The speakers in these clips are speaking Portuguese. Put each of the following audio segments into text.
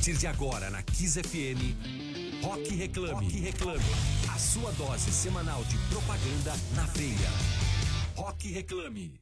partir de agora na Kiss FM, Rock Reclame. Rock Reclame. A sua dose semanal de propaganda na veia. Rock Reclame.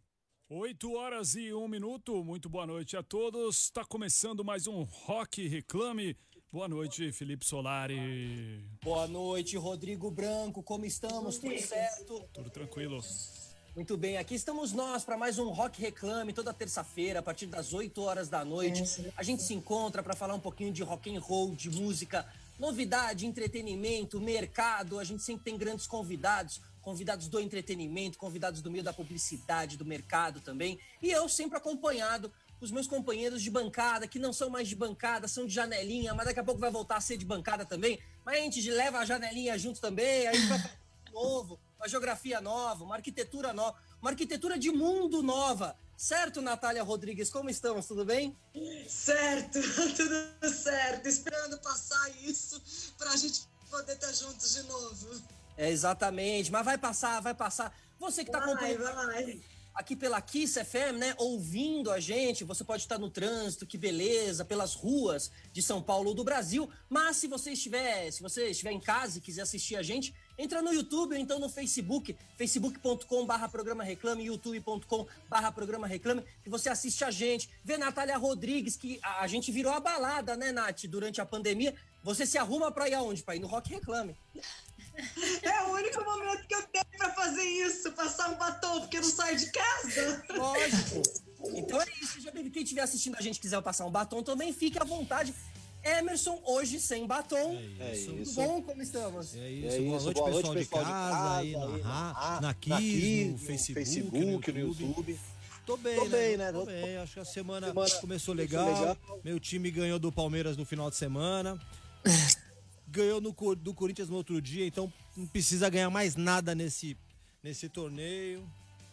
8h01. Muito boa noite a todos. Está começando mais um Rock Reclame. Boa noite, Felipe Solari. Boa noite, Rodrigo Branco. Como estamos? Tudo certo? Tudo tranquilo. Muito bem, aqui estamos nós para mais um Rock Reclame, toda terça-feira, a partir das 8 horas da noite. A gente se encontra para falar um pouquinho de rock and roll, de música, novidade, entretenimento, mercado. A gente sempre tem grandes convidados do entretenimento, convidados do meio da publicidade, do mercado também. E eu sempre acompanhado os meus companheiros de bancada, que não são mais de bancada, são de janelinha, mas daqui a pouco vai voltar a ser de bancada também. Mas a gente leva a janelinha junto também, aí a gente vai fazer novo, uma geografia nova, uma arquitetura nova, uma arquitetura de mundo nova. Certo, Natália Rodrigues? Como estamos? Tudo bem? Certo, tudo certo. Esperando passar isso pra gente poder estar juntos de novo. É, exatamente, mas vai passar. Você que tá acompanhando vai. Aqui pela Kiss FM, né, ouvindo a gente, você pode estar no trânsito, que beleza, pelas ruas de São Paulo ou do Brasil, mas se você estiver em casa e quiser assistir a gente, entra no YouTube ou então no Facebook, facebook.com/programa reclame, youtube.com/programa reclame, que você assiste a gente, vê Natália Rodrigues, que a gente virou a balada, né, Nath, durante a pandemia. Você se arruma pra ir aonde? Pra ir no Rock Reclame. É o único momento que eu tenho pra fazer isso, passar um batom, porque eu não saio de casa. Lógico. Então é isso, quem estiver assistindo a gente quiser passar um batom também, fique à vontade. Emerson, hoje sem batom. É isso. Tudo bom? Como estamos? É isso. Boa noite, pessoal de casa, aí na Kiss, no Facebook, no YouTube. Tô bem, né? Tô bem. Acho que a semana começou legal. Meu time ganhou do Palmeiras no final de semana. Ganhou do Corinthians no outro dia, então não precisa ganhar mais nada nesse torneio.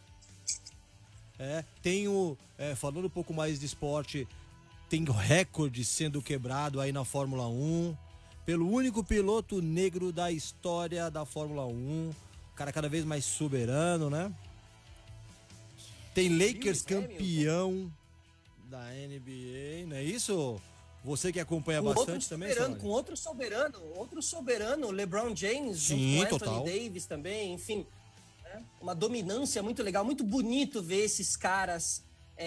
Falando um pouco mais de esporte, tem recorde sendo quebrado aí na Fórmula 1, pelo único piloto negro da história da Fórmula 1, o cara cada vez mais soberano, né? Tem Lakers campeão da NBA, não é isso? Você que acompanha bastante também, com outro soberano, LeBron James, sim, junto com total. Anthony Davis também, enfim, né? Uma dominância muito legal, muito bonito ver esses caras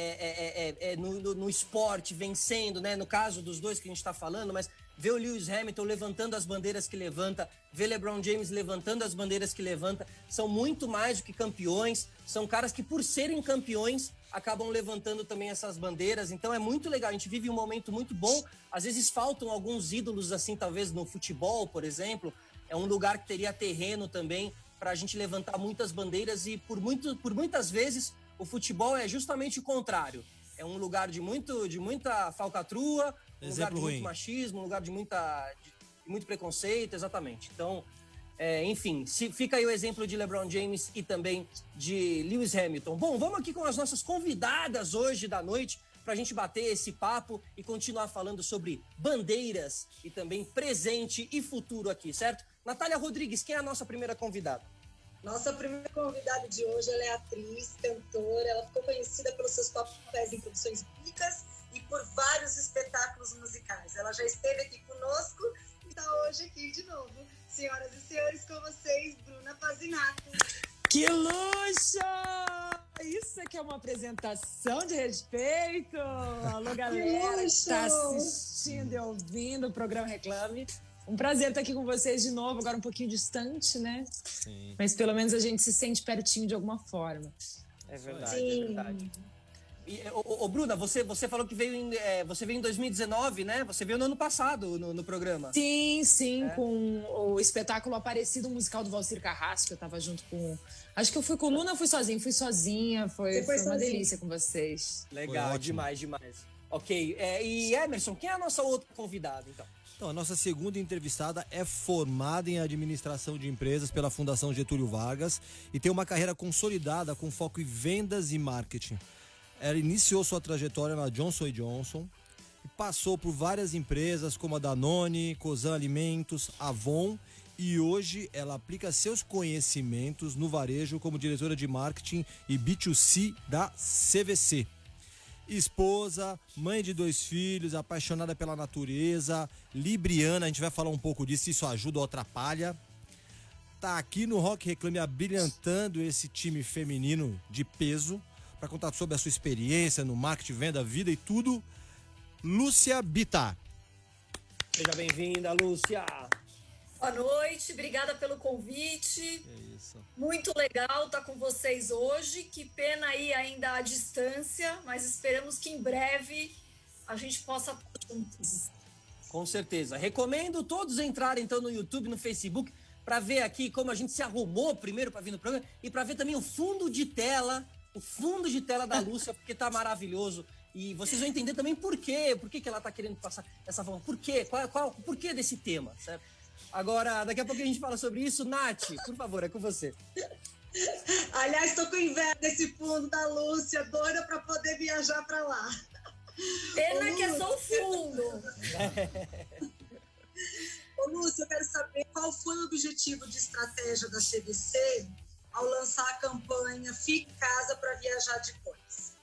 no esporte vencendo, né? No caso dos dois que a gente está falando, mas ver o Lewis Hamilton levantando as bandeiras que levanta, ver LeBron James levantando as bandeiras que levanta, são muito mais do que campeões, são caras que por serem campeões acabam levantando também essas bandeiras, então é muito legal, a gente vive um momento muito bom, às vezes faltam alguns ídolos assim, talvez no futebol, por exemplo, é um lugar que teria terreno também para a gente levantar muitas bandeiras e por muitas vezes o futebol é justamente o contrário, é um lugar de muita falcatrua, um lugar de muito machismo, um lugar de muito preconceito, exatamente, então... enfim, fica aí o exemplo de LeBron James e também de Lewis Hamilton. Bom, vamos aqui com as nossas convidadas hoje da noite para a gente bater esse papo e continuar falando sobre bandeiras e também presente e futuro aqui, certo? Natália Rodrigues, quem é a nossa primeira convidada? Nossa primeira convidada de hoje, ela é atriz, cantora, ela ficou conhecida pelos seus papéis em produções bíblicas e por vários espetáculos musicais. Ela já esteve aqui conosco e está hoje aqui de novo. Senhoras e senhores, com vocês, Bruna Pazinato. Que luxo! Isso aqui é uma apresentação de respeito. Alô, galera que está assistindo e ouvindo o programa Reclame. Um prazer estar aqui com vocês de novo, agora um pouquinho distante, né? Sim. Mas pelo menos a gente se sente pertinho de alguma forma. É verdade, é verdade. E, Bruna, você falou que você veio em 2019, né? Você veio no ano passado no programa. Sim, com o espetáculo Aparecido, musical do Valcir Carrasco. Eu tava junto com... Acho que eu fui com o Luna ou fui sozinha? Foi uma delícia com vocês. Legal, demais. Ok, e Emerson, quem é a nossa outra convidada, então? Então, a nossa segunda entrevistada é formada em administração de empresas pela Fundação Getúlio Vargas e tem uma carreira consolidada com foco em vendas e marketing. Ela iniciou sua trajetória na Johnson & Johnson e passou por várias empresas como a Danone, Cosan Alimentos, Avon, e hoje ela aplica seus conhecimentos no varejo como diretora de marketing e B2C da CVC. esposa, mãe de 2 filhos, apaixonada pela natureza, libriana, a gente vai falar um pouco disso, isso ajuda ou atrapalha. Tá aqui no Rock Reclame abrilhantando esse time feminino de peso, para contar sobre a sua experiência no marketing, venda, vida e tudo. Lúcia Bittar. Seja bem-vinda, Lúcia. Boa noite, obrigada pelo convite. É isso. Muito legal estar com vocês hoje. Que pena aí ainda à distância, mas esperamos que em breve a gente possa estar juntos. Com certeza. Recomendo todos entrarem então no YouTube, no Facebook, para ver aqui como a gente se arrumou primeiro para vir no programa e para ver também o fundo de tela da Lúcia, porque tá maravilhoso. E vocês vão entender também por que ela tá querendo passar essa forma. Por quê? Qual o porquê desse tema, certo? Agora, daqui a pouco a gente fala sobre isso. Nath, por favor, é com você. Aliás, estou com inveja desse fundo da Lúcia, doida para poder viajar para lá. Pena que é só o fundo. Ô, Lúcia, eu quero saber qual foi o objetivo de estratégia da CVC ao lançar a campanha Fique em Casa para Viajar Depois.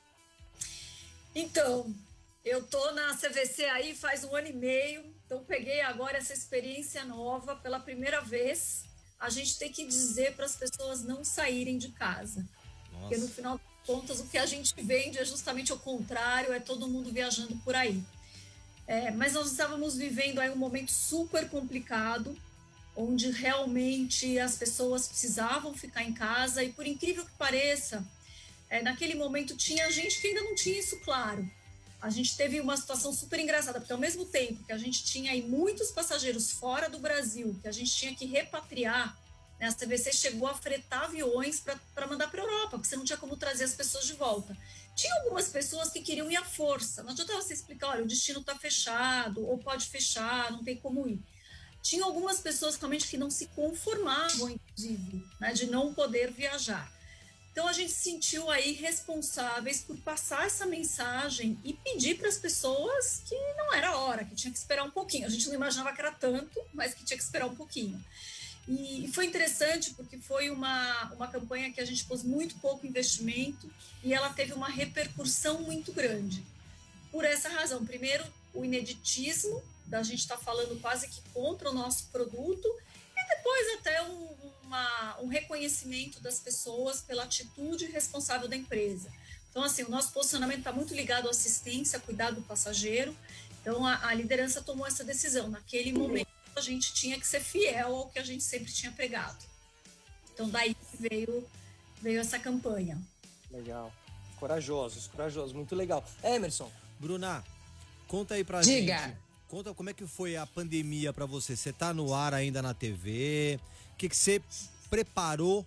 Então, eu tô na CVC aí faz 1 ano e meio, então peguei agora essa experiência nova pela primeira vez. A gente tem que dizer para as pessoas não saírem de casa. Nossa. Porque no final das contas o que a gente vende é justamente o contrário, é todo mundo viajando por aí. Mas nós estávamos vivendo aí um momento super complicado, onde realmente as pessoas precisavam ficar em casa e, por incrível que pareça, naquele momento tinha gente que ainda não tinha isso claro. A gente teve uma situação super engraçada, porque ao mesmo tempo que a gente tinha aí muitos passageiros fora do Brasil, que a gente tinha que repatriar, né, a CVC chegou a fretar aviões para mandar para a Europa, porque você não tinha como trazer as pessoas de volta. Tinha algumas pessoas que queriam ir à força. Não adianta você explicar, olha, o destino está fechado, ou pode fechar, não tem como ir. Tinha algumas pessoas realmente que não se conformavam, inclusive, né, de não poder viajar. Então, a gente se sentiu aí responsáveis por passar essa mensagem e pedir para as pessoas que não era hora, que tinha que esperar um pouquinho. A gente não imaginava que era tanto, mas que tinha que esperar um pouquinho. E foi interessante porque foi uma campanha que a gente pôs muito pouco investimento e ela teve uma repercussão muito grande. Por essa razão, primeiro, o ineditismo, da gente estar falando quase que contra o nosso produto, e depois até um reconhecimento das pessoas pela atitude responsável da empresa. Então, assim, o nosso posicionamento está muito ligado à assistência, a cuidar do passageiro. Então, a liderança tomou essa decisão. Naquele momento, a gente tinha que ser fiel ao que a gente sempre tinha pregado. Então, daí veio essa campanha. Legal. Corajosos, muito legal. Emerson. Bruna, conta aí pra Diga. gente. Conta como é que foi a pandemia pra você. Você tá no ar ainda na TV? O que você preparou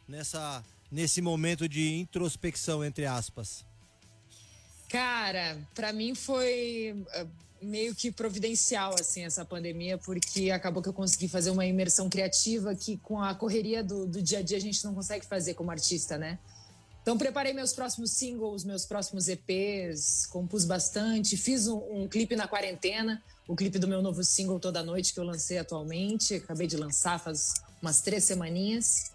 nesse momento de introspecção, entre aspas? Cara, pra mim foi meio que providencial, assim, essa pandemia, porque acabou que eu consegui fazer uma imersão criativa que com a correria do dia a dia a gente não consegue fazer como artista, né? Então preparei meus próximos singles, meus próximos EPs, compus bastante, fiz um clipe na quarentena, o clipe do meu novo single Toda Noite que eu lancei atualmente, acabei de lançar faz umas 3 semaninhas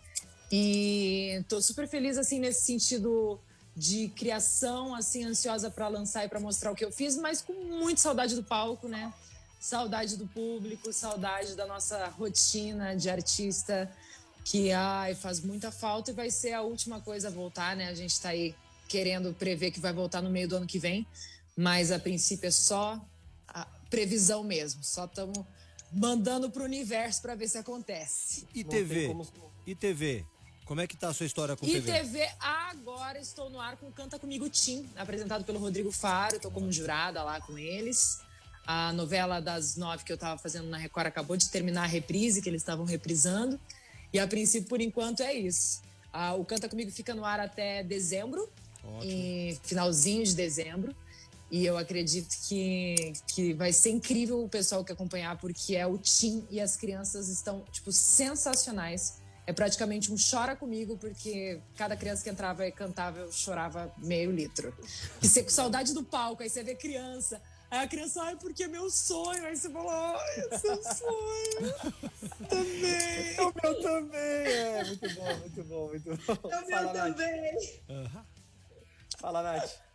e tô super feliz assim nesse sentido de criação, assim, ansiosa para lançar e para mostrar o que eu fiz, mas com muita saudade do palco, né? Saudade do público, saudade da nossa rotina de artista, que faz muita falta e vai ser a última coisa a voltar, né? A gente tá aí querendo prever que vai voltar no meio do ano que vem, mas a princípio é só a previsão mesmo, só estamos mandando pro universo para ver se acontece. E TV? E TV? Como é que tá a sua história com TV? E TV, agora estou no ar com Canta Comigo Tim, apresentado pelo Rodrigo Faro, estou como jurada lá com eles. A novela das 9 que eu estava fazendo na Record acabou de terminar a reprise, que eles estavam reprisando. E a princípio, por enquanto, é isso. O Canta Comigo fica no ar até dezembro, e finalzinho de dezembro. E eu acredito que vai ser incrível o pessoal que acompanhar, porque o Tim e as crianças estão, tipo, sensacionais. É praticamente um chora comigo, porque cada criança que entrava e cantava, eu chorava meio litro. E você com saudade do palco, aí você vê criança. Aí a criança, porque é meu sonho. Aí você fala, é seu sonho. Também. O meu também. Muito bom. O meu também. Fala, Nath.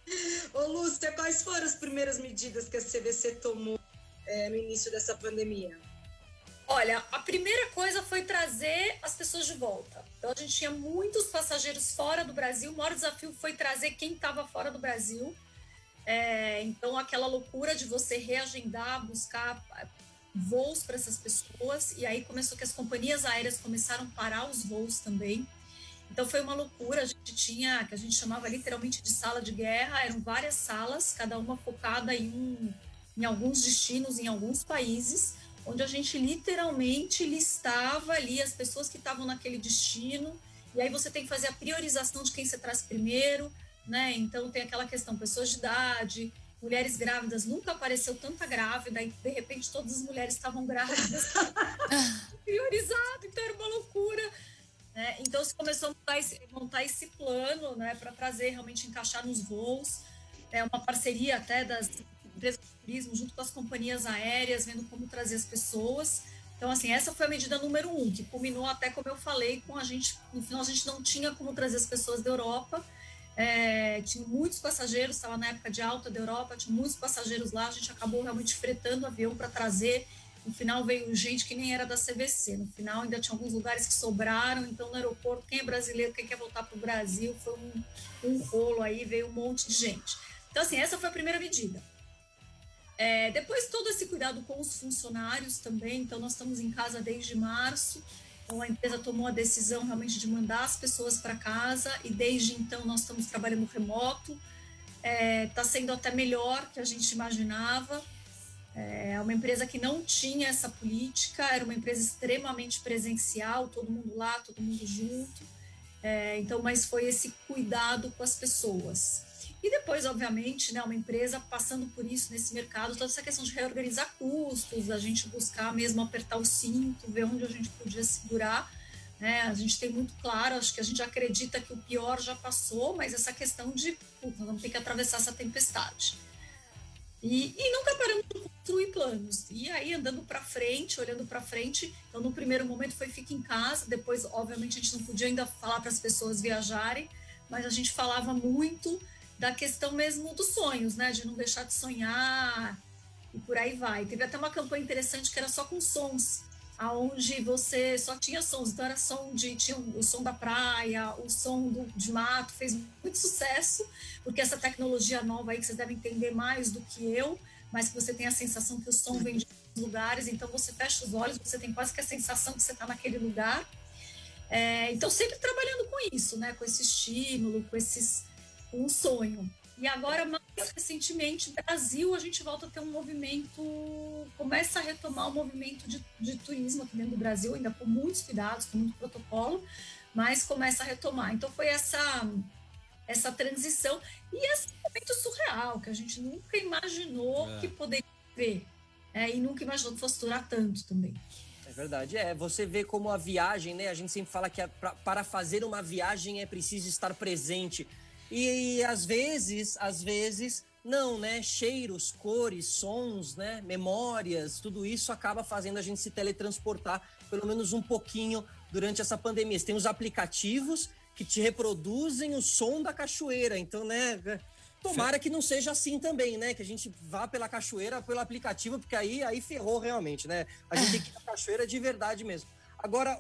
Ô, Lúcia, quais foram as primeiras medidas que a CVC tomou no início dessa pandemia? Olha, a primeira coisa foi trazer as pessoas de volta. Então, a gente tinha muitos passageiros fora do Brasil. O maior desafio foi trazer quem estava fora do Brasil. Então, aquela loucura de você reagendar, buscar voos para essas pessoas. E aí começou que as companhias aéreas começaram a parar os voos também. Então, foi uma loucura. A gente tinha, que a gente chamava literalmente de sala de guerra. Eram várias salas, cada uma focada em alguns destinos, em alguns países, onde a gente literalmente listava ali as pessoas que estavam naquele destino, e aí você tem que fazer a priorização de quem você traz primeiro, né? Então tem aquela questão, pessoas de idade, mulheres grávidas, nunca apareceu tanta grávida, e de repente todas as mulheres estavam grávidas, priorizado, então era uma loucura, né? Então se começou a montar esse plano, né, para trazer, realmente encaixar nos voos, uma parceria até das empresas de turismo junto com as companhias aéreas, vendo como trazer as pessoas. Então, assim, essa foi a medida número 1, que culminou até, como eu falei, com a gente, no final a gente não tinha como trazer as pessoas da Europa, tinha muitos passageiros, estava na época de alta da Europa, tinha muitos passageiros lá, a gente acabou realmente fretando avião para trazer. No final veio gente que nem era da CVC, no final ainda tinha alguns lugares que sobraram, então no aeroporto, quem é brasileiro, quem quer voltar para o Brasil, foi um rolo aí, veio um monte de gente. Então, assim, essa foi a primeira medida. Depois todo esse cuidado com os funcionários também, então nós estamos em casa desde março, então a empresa tomou a decisão realmente de mandar as pessoas para casa e desde então nós estamos trabalhando remoto, está sendo até melhor que a gente imaginava. É uma empresa que não tinha essa política, era uma empresa extremamente presencial, todo mundo lá, todo mundo junto, então, mas foi esse cuidado com as pessoas. E depois, obviamente, né, uma empresa passando por isso nesse mercado, toda essa questão de reorganizar custos, a gente buscar mesmo apertar o cinto, ver onde a gente podia segurar, né? A gente tem muito claro, acho que a gente acredita que o pior já passou, mas essa questão de, nós vamos ter que atravessar essa tempestade. E nunca paramos de construir planos. E aí, andando para frente, olhando para frente, então no primeiro momento foi fica em casa, depois, obviamente, a gente não podia ainda falar para as pessoas viajarem, mas a gente falava muito da questão mesmo dos sonhos, né? De não deixar de sonhar e por aí vai. Teve até uma campanha interessante que era só com sons, aonde você só tinha sons. Então era tinha o som da praia, o som de mato, fez muito sucesso, porque essa tecnologia nova aí que vocês devem entender mais do que eu, mas que você tem a sensação que o som vem de lugares, então você fecha os olhos, você tem quase que a sensação que você está naquele lugar. Então sempre trabalhando com isso, né? Com esse estímulo, com um sonho. E agora, mais recentemente, Brasil, a gente volta a ter um movimento, começa a retomar o movimento de turismo aqui dentro do Brasil, ainda com muitos cuidados, com muito protocolo, mas começa a retomar. Então foi essa transição e esse momento surreal, que a gente nunca imaginou que poderia ver, e nunca imaginou que fosse durar tanto também. É verdade, você vê como a viagem, né? A gente sempre fala que para fazer uma viagem é preciso estar presente. E às vezes, não, né? Cheiros, cores, sons, né? Memórias, tudo isso acaba fazendo a gente se teletransportar pelo menos um pouquinho durante essa pandemia. Você tem os aplicativos que te reproduzem o som da cachoeira, então, né? Tomara que não seja assim também, né? Que a gente vá pela cachoeira, pelo aplicativo, porque aí ferrou realmente, né? A gente tem que ir na cachoeira de verdade mesmo. Agora,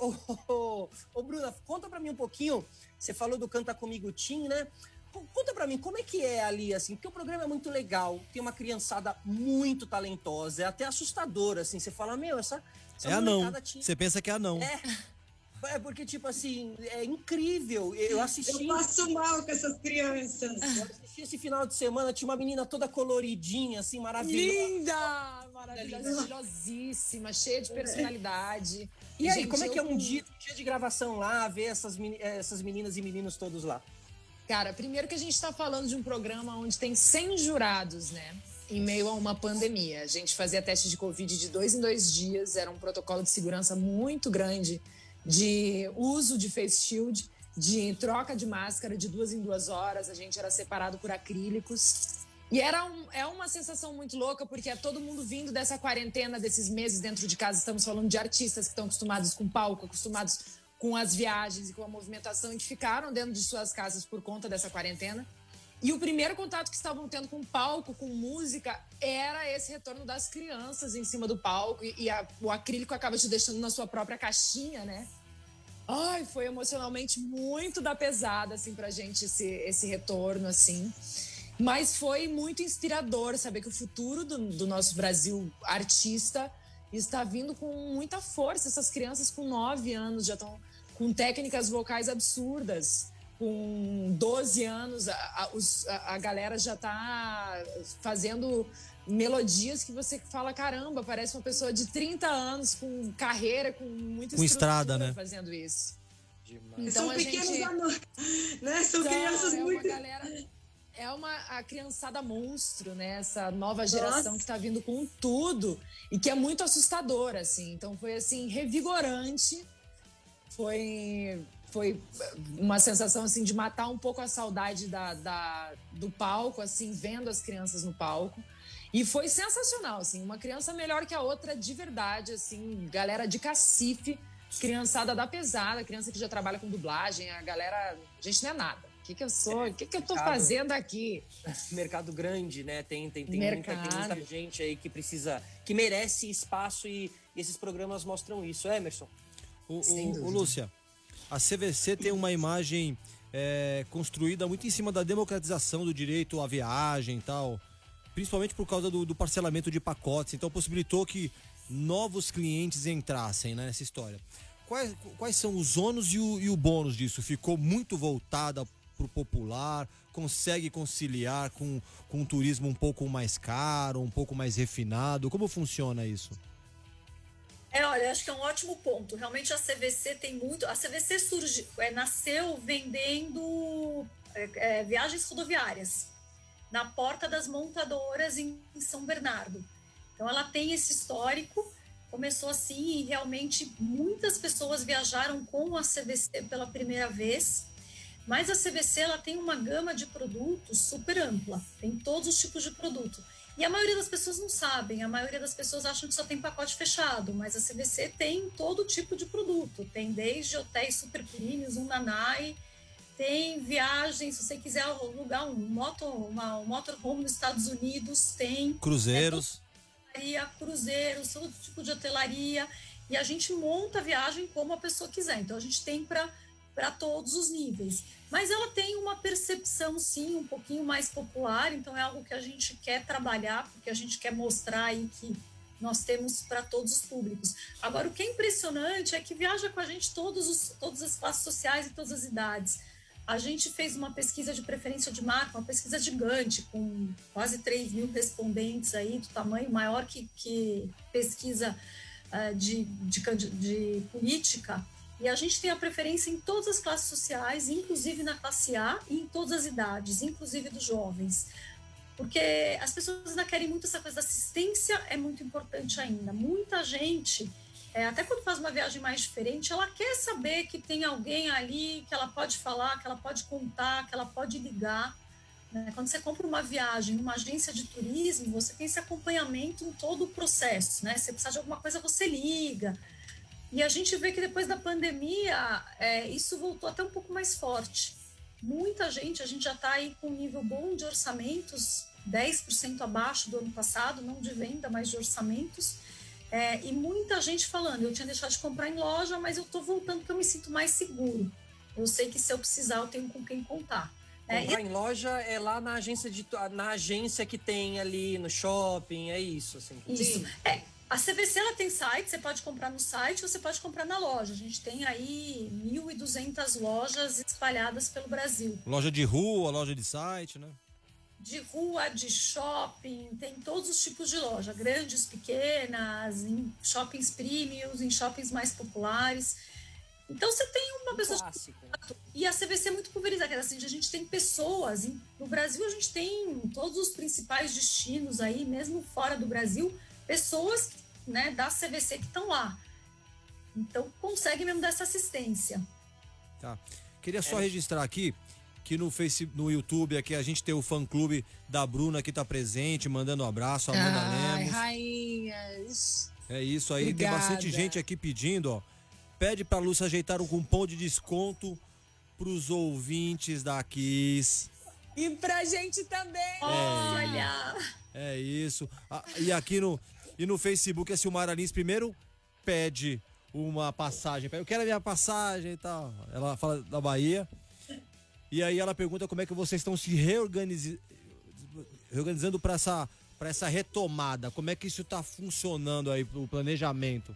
Bruna, conta pra mim um pouquinho, você falou do Canta Comigo Tim, né? Conta pra mim, como é que é ali, assim, porque o programa é muito legal, tem uma criançada muito talentosa, é até assustador, assim, você fala, essa anão, você pensa que é anão. Porque, tipo assim, é incrível, eu assisti... Eu passo mal com essas crianças. Eu assisti esse final de semana, tinha uma menina toda coloridinha, assim, maravilhosa. Linda! Maravilhosíssima, cheia de personalidade. E aí, como é que é um dia de gravação lá, ver essas meninas e meninos todos lá? Cara, primeiro que a gente está falando de um programa onde tem 100 jurados, né? Em meio a uma pandemia. A gente fazia teste de Covid de 2 em 2 dias, era um protocolo de segurança muito grande, de uso de face shield, de troca de máscara de 2 em 2 horas, a gente era separado por acrílicos. E é uma sensação muito louca, porque é todo mundo vindo dessa quarentena, desses meses dentro de casa. Estamos falando de artistas que estão acostumados com palco, acostumados com as viagens e com a movimentação, e que ficaram dentro de suas casas por conta dessa quarentena. E o primeiro contato que estavam tendo com o palco, com música, era esse retorno das crianças em cima do palco. O acrílico acaba te deixando na sua própria caixinha, né? Ai, foi emocionalmente muito da pesada, assim, pra gente esse retorno, assim. Mas foi muito inspirador saber que o futuro do nosso Brasil artista está vindo com muita força. Essas crianças com 9 anos já estão com técnicas vocais absurdas. Com 12 anos, a galera já tá fazendo melodias que você fala, caramba, parece uma pessoa de 30 anos, com carreira, com muita com estrada, né? Fazendo isso. Então, são pequenos amores, né? São crianças muito... A criançada monstro, né? Essa nova geração que tá vindo com tudo e que é muito assustadora, assim. Então foi, assim, revigorante. Foi uma sensação, assim, de matar um pouco a saudade do palco, assim, vendo as crianças no palco. E foi sensacional, assim, uma criança melhor que a outra de verdade, assim, galera de cacife, criançada da pesada, criança que já trabalha com dublagem, a galera, a gente não é nada. O que eu sou? O que eu tô fazendo aqui? Mercado grande, né? Tem muita gente aí que precisa, que merece espaço e esses programas mostram isso, Emerson. Lúcia, a CVC tem uma imagem construída muito em cima da democratização do direito à viagem e tal, principalmente por causa do parcelamento de pacotes, então possibilitou que novos clientes entrassem, né, nessa história. Quais são os ônus e o bônus disso? Ficou muito voltada pro popular, consegue conciliar com um turismo um pouco mais caro, um pouco mais refinado? Como funciona isso? Olha, acho que é um ótimo ponto. Realmente a CVC tem muito... A CVC nasceu vendendo viagens rodoviárias na porta das montadoras em São Bernardo. Então ela tem esse histórico, começou assim e realmente muitas pessoas viajaram com a CVC pela primeira vez, mas a CVC ela tem uma gama de produtos super ampla, tem todos os tipos de produto. E a maioria das pessoas não sabem, a maioria das pessoas acham que só tem pacote fechado, mas a CVC tem todo tipo de produto, tem desde hotéis super premiums, um Nanai, tem viagens, se você quiser alugar um motorhome nos Estados Unidos, tem... Cruzeiros. Cruzeiros, todo tipo de hotelaria, e a gente monta a viagem como a pessoa quiser, então a gente tem para todos os níveis. Mas ela tem uma percepção, sim, um pouquinho mais popular, então é algo que a gente quer trabalhar, porque a gente quer mostrar aí que nós temos para todos os públicos. Agora, o que é impressionante é que viaja com a gente todas as classes sociais e todas as idades. A gente fez uma pesquisa de preferência de marca, uma pesquisa gigante, com quase 3 mil respondentes aí, do tamanho maior que pesquisa de política. E a gente tem a preferência em todas as classes sociais, inclusive na classe A e em todas as idades, inclusive dos jovens. Porque as pessoas ainda querem muito essa coisa da assistência, é muito importante ainda. Muita gente, até quando faz uma viagem mais diferente, ela quer saber que tem alguém ali que ela pode falar, que ela pode contar, que ela pode ligar. Né? Quando você compra uma viagem numa agência de turismo, você tem esse acompanhamento em todo o processo. Né? Se precisar de alguma coisa, você liga. E a gente vê que depois da pandemia, isso voltou até um pouco mais forte. Muita gente, a gente já está aí com um nível bom de orçamentos, 10% abaixo do ano passado, não de venda, mas de orçamentos. E muita gente falando, eu tinha deixado de comprar em loja, mas eu estou voltando porque eu me sinto mais seguro. Eu sei que se eu precisar, eu tenho com quem contar. Comprar em loja é lá na agência que tem ali no shopping, é isso. Assim. Isso. A CVC ela tem site, você pode comprar no site ou você pode comprar na loja. A gente tem aí 1.200 lojas espalhadas pelo Brasil. Loja de rua, loja de site, né? De rua, de shopping, tem todos os tipos de loja, grandes, pequenas, em shoppings premiums, em shoppings mais populares. Então você tem uma pessoa... Clássico. E a CVC é muito pulverizada, assim, a gente tem pessoas, no Brasil a gente tem todos os principais destinos aí, mesmo fora do Brasil, pessoas, né, da CVC que estão lá. Então, consegue mesmo dar essa assistência. Tá. Queria só registrar aqui que no YouTube aqui a gente tem o fã-clube da Bruna que tá presente, mandando um abraço, a Amanda Lemos. Rainhas. É isso aí, Obrigada. Tem bastante gente aqui pedindo, ó. Pede pra Lúcia ajeitar um cupom de desconto pros ouvintes da Kiss. E pra gente também. Olha! É isso. E aqui no Facebook, a Silmara Lins primeiro pede uma passagem. Eu quero a minha passagem e tal. Ela fala da Bahia. E aí ela pergunta como é que vocês estão se reorganizando para essa retomada. Como é que isso está funcionando aí, o planejamento?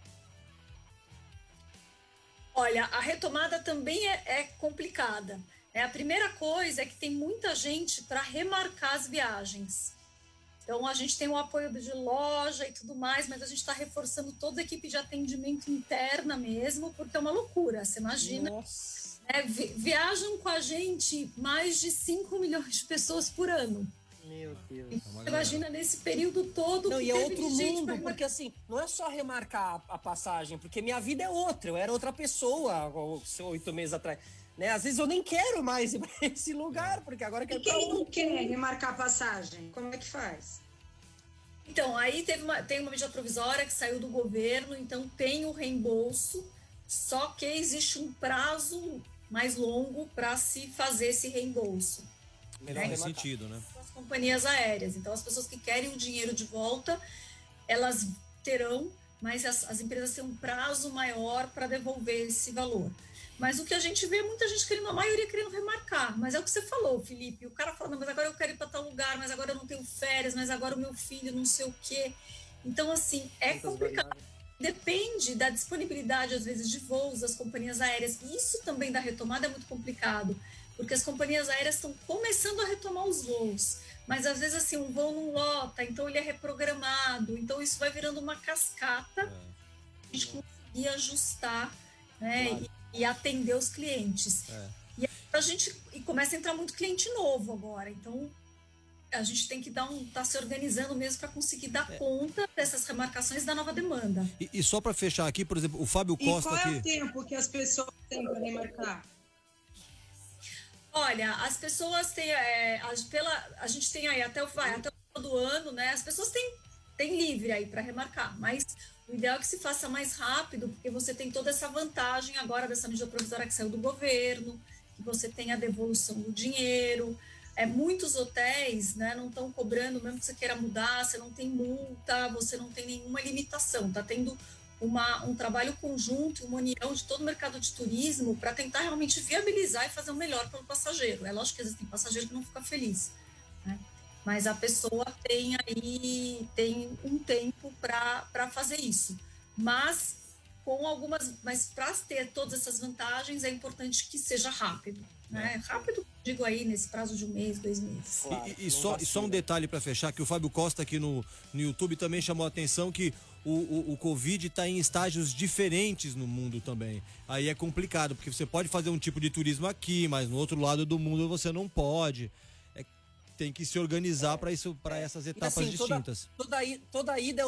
Olha, a retomada também é complicada. A primeira coisa é que tem muita gente para remarcar as viagens. Então, a gente tem o apoio de loja e tudo mais, mas a gente está reforçando toda a equipe de atendimento interna mesmo, porque é uma loucura. Você imagina, viajam com a gente mais de 5 milhões de pessoas por ano. Meu Deus. Você imagina nesse período todo. Não, que e é teve outro gente mundo, porque assim, não é só remarcar a passagem, porque minha vida é outra, eu era outra pessoa 8 meses atrás. Né? Às vezes eu nem quero mais ir para esse lugar, porque agora eu quero. E quem não quer remarcar a passagem, como é que faz? Então, aí tem uma medida provisória que saiu do governo, então tem o reembolso, só que existe um prazo mais longo para se fazer esse reembolso. Faz sentido, né? As companhias aéreas. Então, as pessoas que querem o dinheiro de volta, elas terão, mas as empresas têm um prazo maior para devolver esse valor. Mas o que a gente vê é muita gente querendo, a maioria querendo remarcar. Mas é o que você falou, Felipe. O cara fala, não, mas agora eu quero ir para tal lugar, mas agora eu não tenho férias, mas agora o meu filho não sei o quê. Então, assim, é complicado. Depende da disponibilidade, às vezes, de voos das companhias aéreas. Isso também da retomada é muito complicado, porque as companhias aéreas estão começando a retomar os voos. Mas, às vezes, assim, um voo não lota, então ele é reprogramado. Então, isso vai virando uma cascata. A gente conseguir ajustar, né? E atender os clientes. E a gente começa a entrar muito cliente novo agora. Então, a gente tem que tá se organizando mesmo para conseguir dar conta dessas remarcações da nova demanda. E só para fechar aqui, por exemplo, o Fábio Costa. E qual é o tempo que as pessoas têm para remarcar? Olha, as pessoas têm, a gente tem aí até o final do ano, né? As pessoas têm livre aí para remarcar, mas o ideal é que se faça mais rápido, porque você tem toda essa vantagem agora dessa medida provisória que saiu do governo, que você tem a devolução do dinheiro. Muitos hotéis, né, não estão cobrando, mesmo que você queira mudar, você não tem multa, você não tem nenhuma limitação. Está tendo um trabalho conjunto, uma união de todo o mercado de turismo para tentar realmente viabilizar e fazer o melhor pelo passageiro. É lógico que existem passageiros que não ficam felizes, né? Mas a pessoa tem um tempo para fazer isso. Mas para ter todas essas vantagens é importante que seja rápido, né? Rápido, digo aí, nesse prazo de 1 mês, 2 meses. Claro, e só um detalhe para fechar, que o Fábio Costa aqui no YouTube também chamou a atenção que o Covid está em estágios diferentes no mundo também. Aí é complicado, porque você pode fazer um tipo de turismo aqui, mas no outro lado do mundo você não pode. Tem que se organizar para essas etapas assim, distintas. Toda ida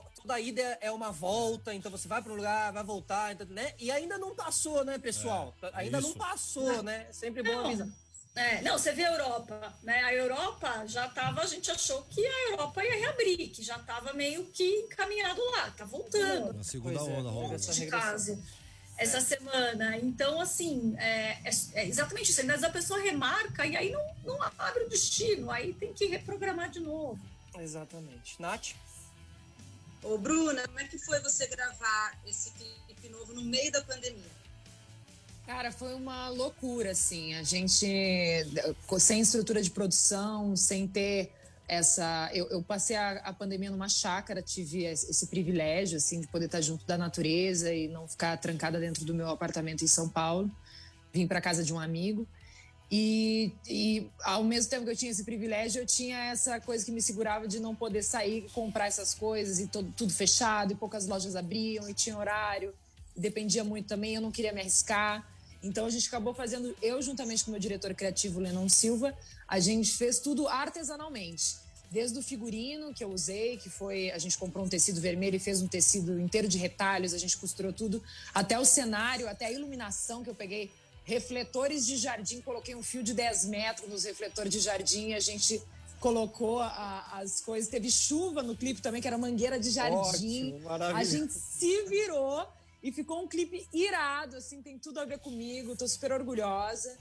é uma volta, então você vai para um lugar, vai voltar, né? E ainda não passou, né, pessoal? Ainda não passou, né? Sempre bom avisar. Não, você vê a Europa, né? A Europa a gente achou que a Europa ia reabrir, que já estava meio que encaminhado lá, tá voltando. Na segunda onda, rola. De caso. Essa semana. Então, assim, é exatamente isso. Ainda a pessoa remarca e aí não abre o destino. Aí tem que reprogramar de novo. Exatamente. Nath? Ô, Bruna, como é que foi você gravar esse clipe novo no meio da pandemia? Cara, foi uma loucura, assim. A gente, sem estrutura de produção, sem ter essa... Eu passei a pandemia numa chácara, tive esse privilégio, assim, de poder estar junto da natureza e não ficar trancada dentro do meu apartamento em São Paulo. Vim para casa de um amigo. E ao mesmo tempo que eu tinha esse privilégio, eu tinha essa coisa que me segurava de não poder sair, comprar essas coisas e tudo fechado, e poucas lojas abriam, e tinha horário. Dependia muito também, eu não queria me arriscar. Então a gente acabou fazendo, eu juntamente com o meu diretor criativo, Lennon Silva, a gente fez tudo artesanalmente. Desde o figurino que eu usei, que foi, a gente comprou um tecido vermelho e fez um tecido inteiro de retalhos, a gente costurou tudo, até o cenário, até a iluminação que eu peguei, refletores de jardim, coloquei um fio de 10 metros nos refletores de jardim, a gente colocou as coisas, teve chuva no clipe também, que era mangueira de jardim. Ótimo, a gente se virou e ficou um clipe irado, assim, tem tudo a ver comigo, tô super orgulhosa.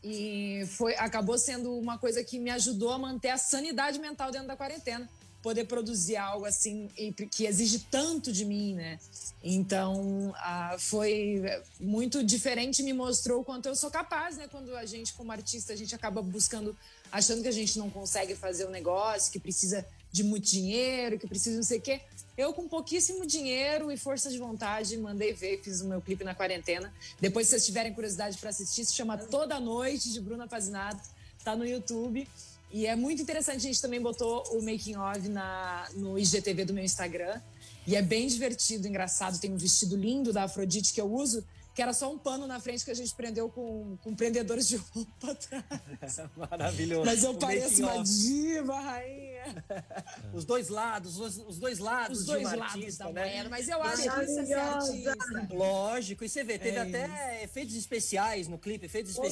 E acabou sendo uma coisa que me ajudou a manter a sanidade mental dentro da quarentena. Poder produzir algo assim que exige tanto de mim, né? Então, foi muito diferente, me mostrou o quanto eu sou capaz, né? Quando a gente, como artista, a gente acaba buscando, achando que a gente não consegue fazer um negócio, que precisa de muito dinheiro, que precisa não sei o quê. Eu, com pouquíssimo dinheiro e força de vontade, mandei ver, fiz o meu clipe na quarentena. Depois, se vocês tiverem curiosidade para assistir, se chama Toda Noite, de Bruna Pazinato, tá no YouTube. E é muito interessante, a gente também botou o making of no IGTV do meu Instagram. E é bem divertido, engraçado. Tem um vestido lindo da Afrodite que eu uso, que era só um pano na frente que a gente prendeu com prendedores de roupa atrás. Maravilhoso. Mas eu pareço uma diva, rainha. Os dois lados de uma artista, da né? moeda. Mas eu acho que isso é ser artista. Lógico, e você vê, teve até efeitos especiais no clipe,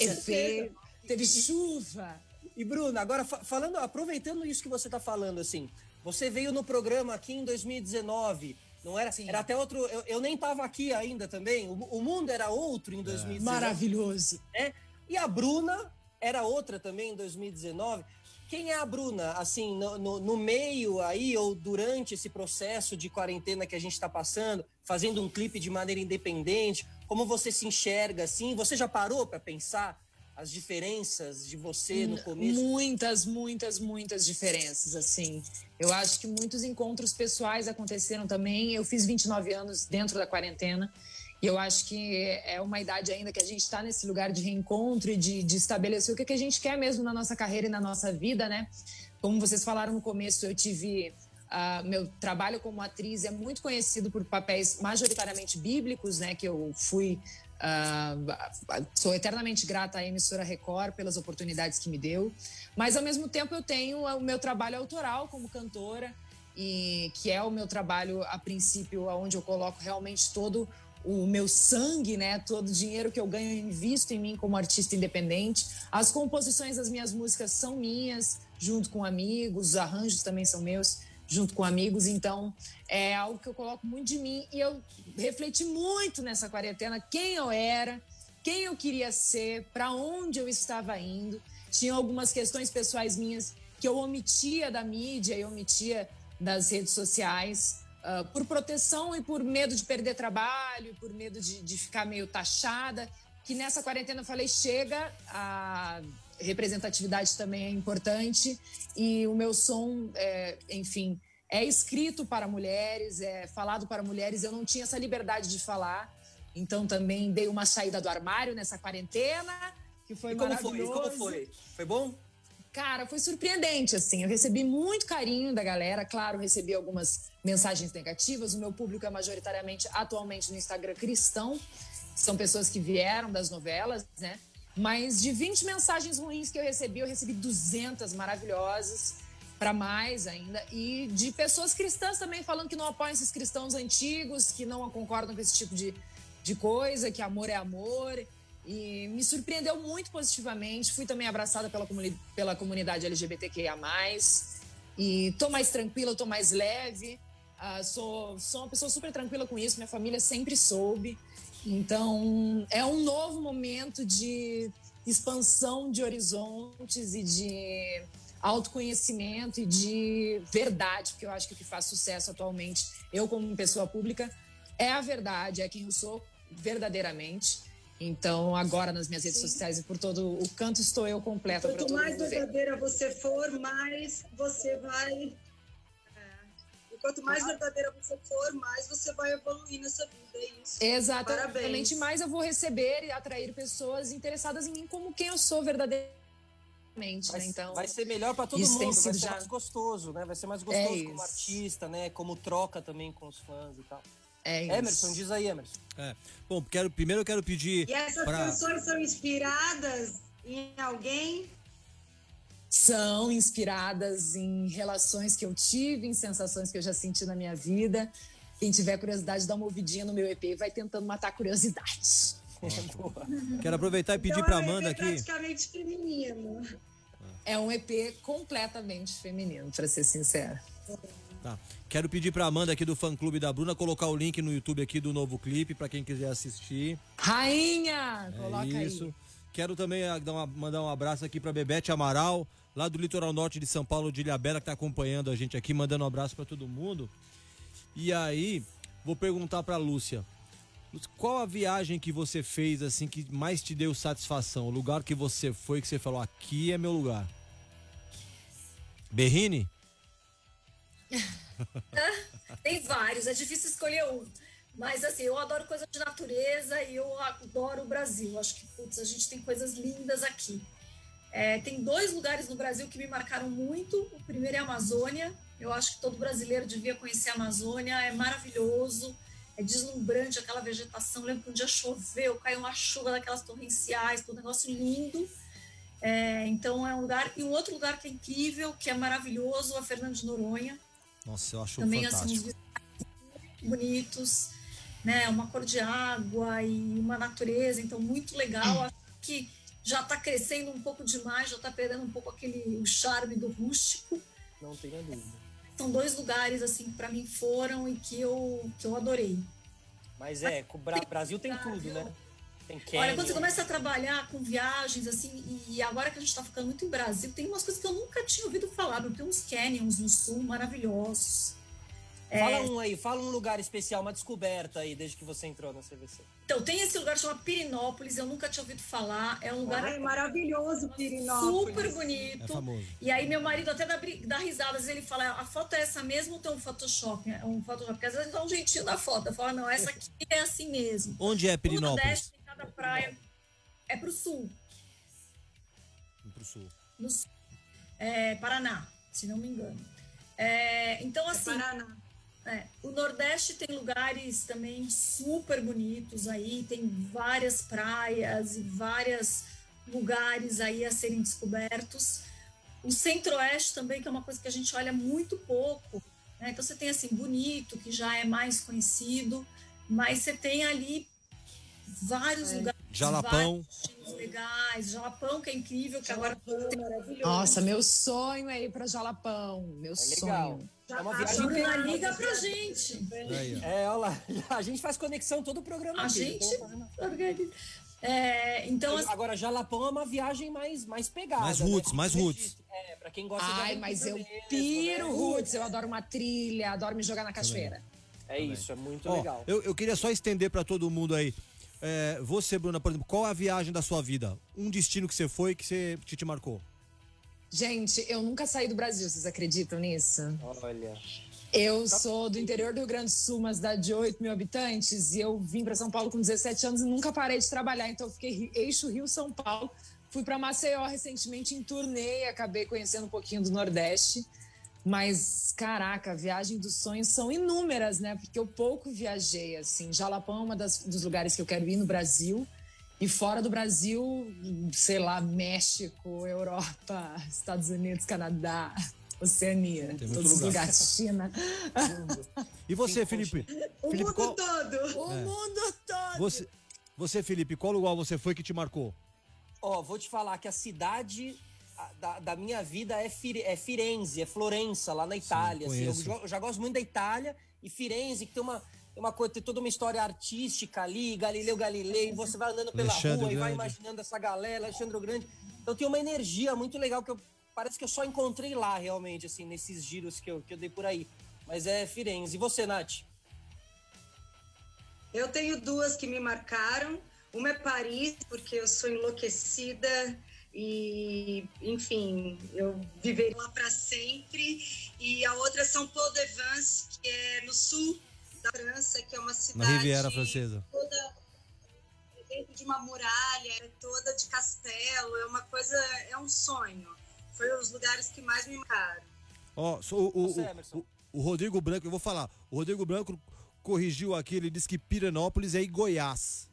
Teve chuva. E, Bruna, agora aproveitando isso que você está falando, assim, você veio no programa aqui em 2019, não era? Sim. Era até outro. Eu nem estava aqui ainda também. O mundo era outro em 2019. Maravilhoso. Né? E a Bruna era outra também em 2019. Quem é a Bruna, assim, no meio aí, ou durante esse processo de quarentena que a gente está passando, fazendo um clipe de maneira independente? Como você se enxerga, assim? Você já parou para pensar as diferenças de você no começo? Muitas diferenças, assim. Eu acho que muitos encontros pessoais aconteceram também. Eu fiz 29 anos dentro da quarentena. E eu acho que é uma idade ainda que a gente está nesse lugar de reencontro e de estabelecer o que a gente quer mesmo na nossa carreira e na nossa vida, né? Como vocês falaram no começo, eu tive... meu trabalho como atriz é muito conhecido por papéis majoritariamente bíblicos, né? Que eu fui... sou eternamente grata à emissora Record pelas oportunidades que me deu, mas ao mesmo tempo eu tenho o meu trabalho autoral como cantora, e que é o meu trabalho a princípio onde eu coloco realmente todo o meu sangue, né, todo o dinheiro que eu ganho eu invisto em mim como artista independente. As composições das minhas músicas são minhas, junto com amigos, os arranjos também são meus, junto com amigos, então é algo que eu coloco muito de mim, e eu refleti muito nessa quarentena quem eu era, quem eu queria ser, para onde eu estava indo. Tinha algumas questões pessoais minhas que eu omitia da mídia e omitia das redes sociais, por proteção e por medo de perder trabalho, por medo de ficar meio taxada, que nessa quarentena eu falei, chega, a representatividade também é importante, e o meu som, enfim, é escrito para mulheres, é falado para mulheres. Eu não tinha essa liberdade de falar, então também dei uma saída do armário nessa quarentena, que foi maravilhoso. Como foi? Foi bom? Cara, foi surpreendente, assim. Eu recebi muito carinho da galera. Claro, recebi algumas mensagens negativas. O meu público é majoritariamente, atualmente, no Instagram, cristão. São pessoas que vieram das novelas, né? Mas de 20 mensagens ruins que eu recebi 200 maravilhosas, para mais ainda. E de pessoas cristãs também falando que não apoiam esses cristãos antigos, que não concordam com esse tipo de coisa, que amor é amor. E me surpreendeu muito positivamente. Fui também abraçada pela comunidade LGBTQIA+. E tô mais tranquila, tô mais leve. Sou uma pessoa super tranquila com isso. Minha família sempre soube. Então, é um novo momento de expansão de horizontes e de autoconhecimento e de verdade, porque eu acho que o que faz sucesso atualmente, eu como pessoa pública, é a verdade, é quem eu sou verdadeiramente. Então, agora nas minhas redes sociais e por todo o canto, estou eu completa para todo mundo ver. Quanto mais verdadeira você for, mais você vai... E quanto mais verdadeira você for, mais você vai evoluir nessa vida, é isso. Exatamente. Parabéns. Mais eu vou receber e atrair pessoas interessadas em mim como quem eu sou verdadeiramente. Né? Então, vai ser melhor para todo mundo, vai ser mais gostoso, né? Vai ser mais gostoso como artista, né? Como troca também com os fãs e tal. É isso. Emerson, diz aí, Emerson. Bom, primeiro eu quero pedir... E essas canções são inspiradas em alguém? São inspiradas em relações que eu tive, em sensações que eu já senti na minha vida. Quem tiver curiosidade, dá uma ouvidinha no meu EP e vai tentando matar a curiosidade. Quero aproveitar e pedir para Amanda aqui... É praticamente feminino. É um EP completamente feminino, para ser sincera. Tá. Quero pedir pra Amanda aqui do Fã Clube da Bruna colocar o link no YouTube aqui do novo clipe pra quem quiser assistir. Rainha! Coloca isso. aí. Quero também mandar um abraço aqui pra Bebete Amaral, lá do litoral norte de São Paulo, de Ilhabela, que tá acompanhando a gente aqui, mandando um abraço pra todo mundo. E aí, vou perguntar pra Lúcia. Qual a viagem que você fez, assim, que mais te deu satisfação? O lugar que você foi, que você falou, aqui é meu lugar. Berrini? Tem vários, é difícil escolher um. Mas assim, eu adoro coisa de natureza e eu adoro o Brasil. Acho que, putz, a gente tem coisas lindas aqui. Tem 2 lugares no Brasil que me marcaram muito. O primeiro é a Amazônia. Eu acho que todo brasileiro devia conhecer a Amazônia. É maravilhoso, é deslumbrante aquela vegetação. Lembro que um dia choveu, caiu uma chuva daquelas torrenciais, um negócio lindo. Então é um lugar. E um outro lugar que é incrível, que é maravilhoso, é Fernando de Noronha. Nossa, eu acho também, fantástico. Assim, uns bonitos, né? Uma cor de água e uma natureza, então muito legal. Acho que já está crescendo um pouco demais, já está perdendo um pouco o charme do rústico. Não tenha dúvida. São 2 lugares assim que para mim foram e que eu adorei. Mas o Brasil tem tudo, né? Tem Quênia. Olha, quando você começa a trabalhar com viagens, assim, e agora que a gente está ficando muito em Brasil, tem umas coisas que eu nunca tinha ouvido falar. Tem uns canyons no sul maravilhosos. Fala um lugar especial, uma descoberta aí, desde que você entrou na CVC. Então, tem esse lugar que chama Pirinópolis, eu nunca tinha ouvido falar. É um lugar maravilhoso, Pirinópolis. Super bonito. É famoso. E aí meu marido até dá risada, às vezes ele fala, a foto é essa mesmo ou tem um Photoshop? Porque às vezes dá um jeitinho da foto. Eu falo, não, essa aqui é assim mesmo. Onde é Pirinópolis? No Nordeste, tem cada praia. É pro sul. Pro sul. No sul. Paraná, se não me engano. Então, assim... Paraná. O Nordeste tem lugares também super bonitos aí, tem várias praias e vários lugares aí a serem descobertos. O Centro-Oeste também, que é uma coisa que a gente olha muito pouco, né? Então você tem assim, Bonito, que já é mais conhecido, mas você tem ali vários lugares. Jalapão. Vários legais, Jalapão, que é incrível, que agora Maravilhoso. Nossa, meu sonho é ir pra Jalapão. Meu legal. sonho. É uma viagem. Liga pra gente. Aí, ó. Olha lá, a gente faz conexão todo o programa. A aqui, gente então, organiza. Então, assim, agora, Jalapão é uma viagem mais pegada. Mais roots, né? mais roots. Pra quem gosta de Ai, aventura mas eu mesmo, piro né? roots. Eu adoro uma trilha, adoro me jogar na cachoeira. É isso, é muito Ó, legal. eu queria só estender pra todo mundo aí. Você, Bruna, por exemplo, qual a viagem da sua vida? Um destino que você foi que te marcou? Gente, eu nunca saí do Brasil, vocês acreditam nisso? Olha. Eu sou do interior do Rio Grande do Sul, uma cidade de 8 mil habitantes, e eu vim para São Paulo com 17 anos e nunca parei de trabalhar, então eu fiquei eixo Rio-São Paulo. Fui para Maceió recentemente em turnê, acabei conhecendo um pouquinho do Nordeste, mas, caraca, a viagem dos sonhos são inúmeras, né? Porque eu pouco viajei, assim. Jalapão é um dos lugares que eu quero ir no Brasil, e fora do Brasil, sei lá, México, Europa, Estados Unidos, Canadá... Oceania, todos os lugares, China. E você, Felipe? O Felipe, mundo todo. O mundo todo. Você, Felipe, qual lugar você foi que te marcou? Vou te falar que a cidade da minha vida é Firenze, é Florença, lá na Itália. Assim, eu já gosto muito da Itália e Firenze, que tem uma coisa, tem toda uma história artística ali, Galileu Galilei, você vai andando pela rua e vai imaginando essa galera, Alexandre o Grande. Então tem uma energia muito legal que parece que eu só encontrei lá, realmente, assim, nesses giros que eu dei por aí. Mas é Firenze. E você, Nath? Eu tenho 2 que me marcaram. Uma é Paris, porque eu sou enlouquecida e, enfim, eu viverei lá para sempre. E a outra é São Paulo de Vence, que é no sul da França, que é uma cidade... Na Riviera Francesa. Toda dentro de uma muralha, toda de castelo, é um sonho. Foi os lugares que mais me marcaram. O Rodrigo Branco, eu vou falar. O Rodrigo Branco corrigiu aqui, ele disse que Pirenópolis é em Goiás.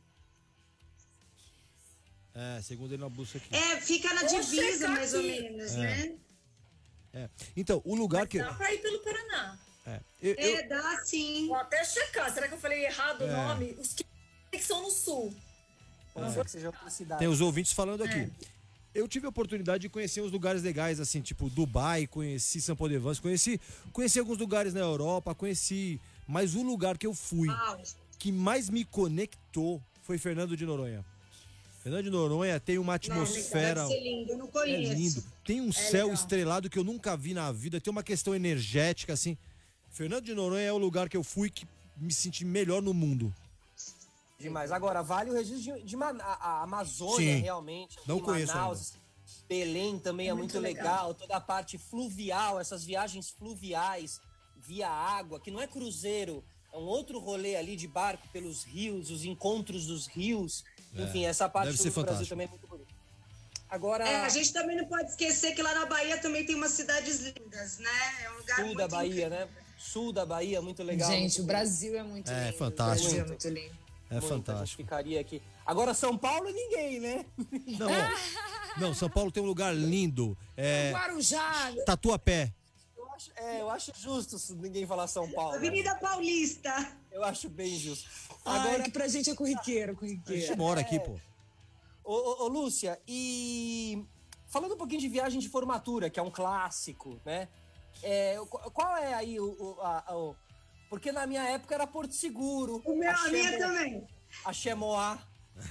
Segundo ele na busca aqui. Fica na divisa, mais ou menos, né? Então, o lugar que... Dá pra ir pelo Paraná. Dá sim. Vou até checar, será que eu falei errado o nome? Os que são no sul. Pode ser que seja outra cidade. Tem os ouvintes falando aqui. Eu tive a oportunidade de conhecer uns lugares legais, assim, tipo Dubai, conheci São Paulo de Vence, conheci alguns lugares na Europa, mas o lugar que eu fui, que mais me conectou, foi Fernando de Noronha. Fernando de Noronha tem uma atmosfera... Deve ser lindo, eu não É conheço. lindo. Tem um céu legal. estrelado que eu nunca vi na vida. Tem uma questão energética, assim. Fernando de Noronha é o lugar que eu fui que me senti melhor no mundo. Demais. Agora, vale o registro a Amazônia, Sim. realmente. Não aqui em conheço Manaus, Belém também é muito legal. Toda a parte fluvial, essas viagens fluviais via água, que não é cruzeiro, é um outro rolê ali de barco pelos rios, os encontros dos rios. Enfim, essa parte deve do ser Brasil fantástico. também é muito bonita. Agora, A gente também não pode esquecer que lá na Bahia também tem umas cidades lindas, né? É um lugar sul muito da Bahia, incrível. né? Sul da Bahia, muito legal. Gente, muito o bonito. Brasil é muito lindo. É fantástico. O Brasil é muito lindo. É Muito, a gente fantástico. ficaria aqui. Agora, São Paulo, ninguém, né? Não, não, São Paulo tem um lugar lindo. Guarujá. Tatuapé. Eu acho justo se ninguém falar São Paulo. né? Avenida Paulista. Eu acho bem justo. Agora Agora, que pra gente é corriqueiro, A corriqueiro. gente mora aqui, pô. ô, Lúcia, e falando um pouquinho de viagem de formatura, que é um clássico, né? Qual é aí porque na minha época era Porto Seguro. A minha também. A Chemoá.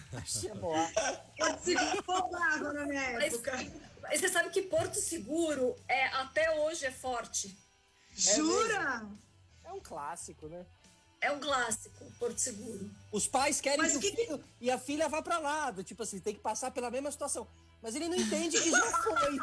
Eu sigo povoado na minha Mas, época. mas você sabe que Porto Seguro até hoje é forte. Jura? É um clássico, né? É um clássico, Porto Seguro. Os pais querem Mas que o que- filho e a filha vá pra lá. Tipo assim, tem que passar pela mesma situação. Mas ele não entende que já foi.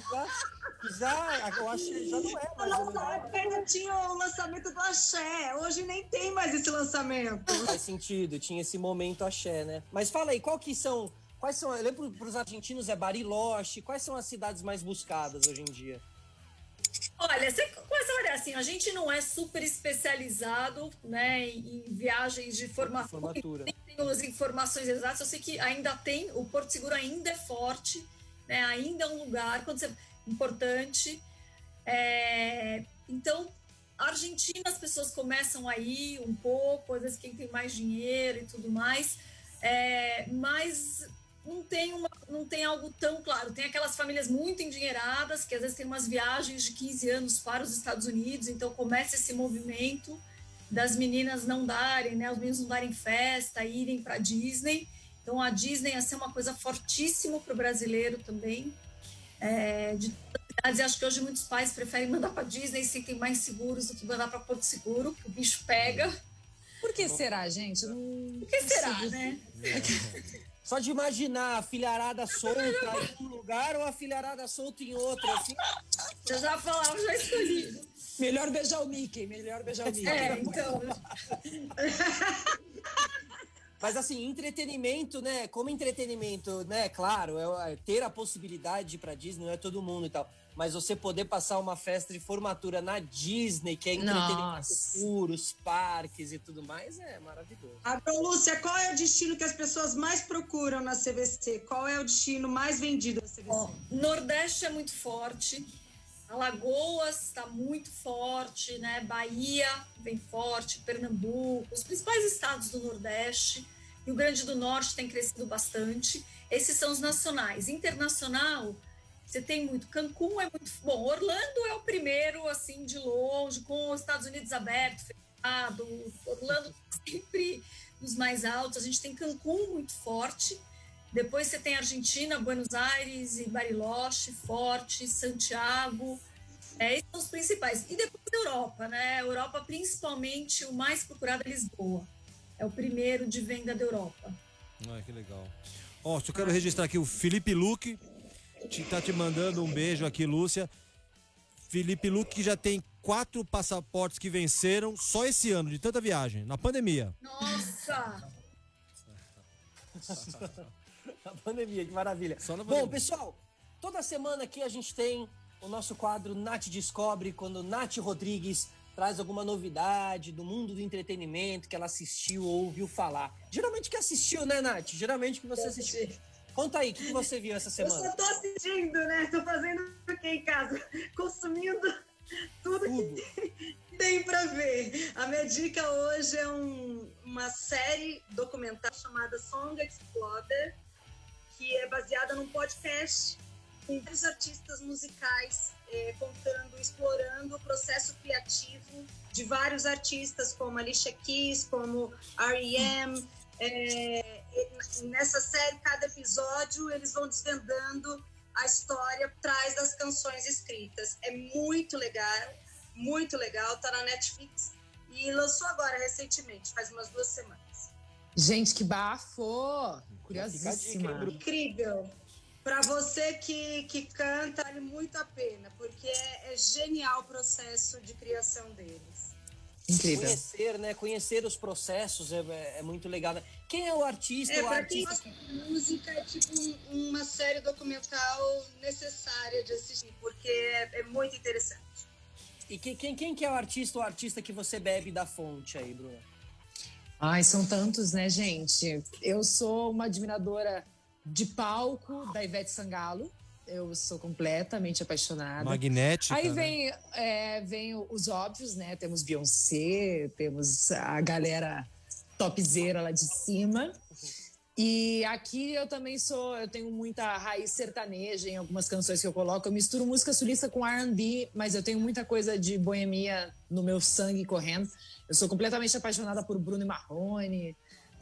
Eu acho que já não é Na mais. nossa época ainda tinha o lançamento do Axé. Hoje nem tem mais esse lançamento. Faz sentido, tinha esse momento axé, né? Mas fala aí, quais são, eu lembro pros argentinos é Bariloche, quais são as cidades mais buscadas hoje em dia? Olha, você começa a olhar assim, a gente não é super especializado, né, em viagens de formatura. Nem tenho as informações exatas, eu sei que ainda tem, o Porto Seguro ainda é forte, né, ainda é um lugar importante. Então, a Argentina, as pessoas começam a ir um pouco, às vezes quem tem mais dinheiro e tudo mais, mas não tem algo tão claro. Tem aquelas famílias muito endinheiradas, que às vezes tem umas viagens de 15 anos para os Estados Unidos, então começa esse movimento das meninas não darem, né, os meninos não darem festa, irem para a Disney. Então a Disney ia ser uma coisa fortíssima para o brasileiro também. De todas as cidades, acho que hoje muitos pais preferem mandar para Disney e se sentem mais seguros do que mandar para Porto Seguro, que o bicho pega. Por que será, gente? Por que será, né? Só de imaginar a filharada solta em um lugar ou a filharada solta em outro, assim. Eu já falava, já escolhi. Melhor beijar o Mickey, melhor beijar o Mickey. Então. Mas assim, entretenimento, né? Como entretenimento, né? Claro, ter a possibilidade de ir pra Disney, não é todo mundo e tal. Mas você poder passar uma festa de formatura na Disney, que é entretenimento Nossa. puro, os parques e tudo mais, é maravilhoso. Agora, Lúcia, qual é o destino que as pessoas mais procuram na CVC? Qual é o destino mais vendido na CVC? Ó, Nordeste é muito forte, Alagoas está muito forte, né? Bahia vem forte, Pernambuco, os principais estados do Nordeste, Rio Grande do Norte tem crescido bastante. Esses são os nacionais. Internacional, você tem muito. Cancún é muito bom. Orlando é o primeiro, assim, de longe, com os Estados Unidos aberto, fechado. Orlando sempre nos mais altos. A gente tem Cancún muito forte. Depois você tem Argentina, Buenos Aires e Bariloche, forte, Santiago. Esses são os principais. E depois a Europa, né? A Europa, principalmente, o mais procurado é Lisboa. É o primeiro de venda da Europa. Ah, que legal. Ó, só quero registrar aqui o Felipe Luque. Tá te mandando um beijo aqui, Lúcia. Felipe Luque que já tem 4 passaportes que venceram só esse ano, de tanta viagem, na pandemia. Nossa! A pandemia, que maravilha. Só na Bom, pandemia. pessoal, toda semana aqui a gente tem o nosso quadro Nath Descobre, quando Nath Rodrigues traz alguma novidade do mundo do entretenimento que ela assistiu ou ouviu falar. Geralmente que assistiu, né, Nath? Geralmente que você assistiu. Conta aí, o que você viu essa Eu semana? só tô assistindo, né? Tô fazendo o que em casa? Consumindo tudo que tem pra ver. A minha dica hoje é uma série documental chamada Song Exploder, que é baseada num podcast com vários artistas musicais explorando o processo criativo de vários artistas, como Alicia Keys, como R.E.M., nessa série, cada episódio, eles vão desvendando a história por trás das canções escritas. É muito legal, tá na Netflix e lançou agora recentemente, faz umas 2 semanas. Gente, que bafo! Curiosíssima. Incrível. Para você que canta, vale muito a pena, porque é genial o processo de criação deles. Incrível. Conhecer os processos é muito legal. Né? Quem é o artista? Para quem gosta de música, é tipo uma série documental necessária de assistir, porque é muito interessante. E quem que é o artista que você bebe da fonte aí, Bruna? Ai, são tantos, né, gente? Eu sou uma admiradora de palco da Ivete Sangalo. Eu sou completamente apaixonada. Magnética. Aí vem os óbvios, né? Temos Beyoncé, temos a galera topzera lá de cima. E aqui eu tenho muita raiz sertaneja em algumas canções que eu coloco. Eu misturo música sulista com R&B, mas eu tenho muita coisa de boemia no meu sangue correndo. Eu sou completamente apaixonada por Bruno e Marrone.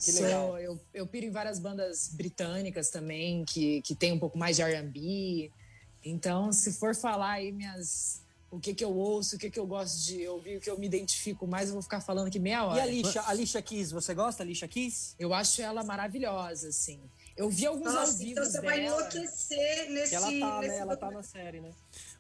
Eu piro em várias bandas britânicas também, que tem um pouco mais de R&B. Então, se for falar aí o que eu ouço, o que eu gosto de ouvir, o que eu me identifico mais, eu vou ficar falando aqui meia hora. E a Alicia Keys, você gosta da Alicia Keys? Eu acho ela maravilhosa, assim. Eu vi alguns ao vivo então você dela. vai enlouquecer nesse... Ela tá na série, né?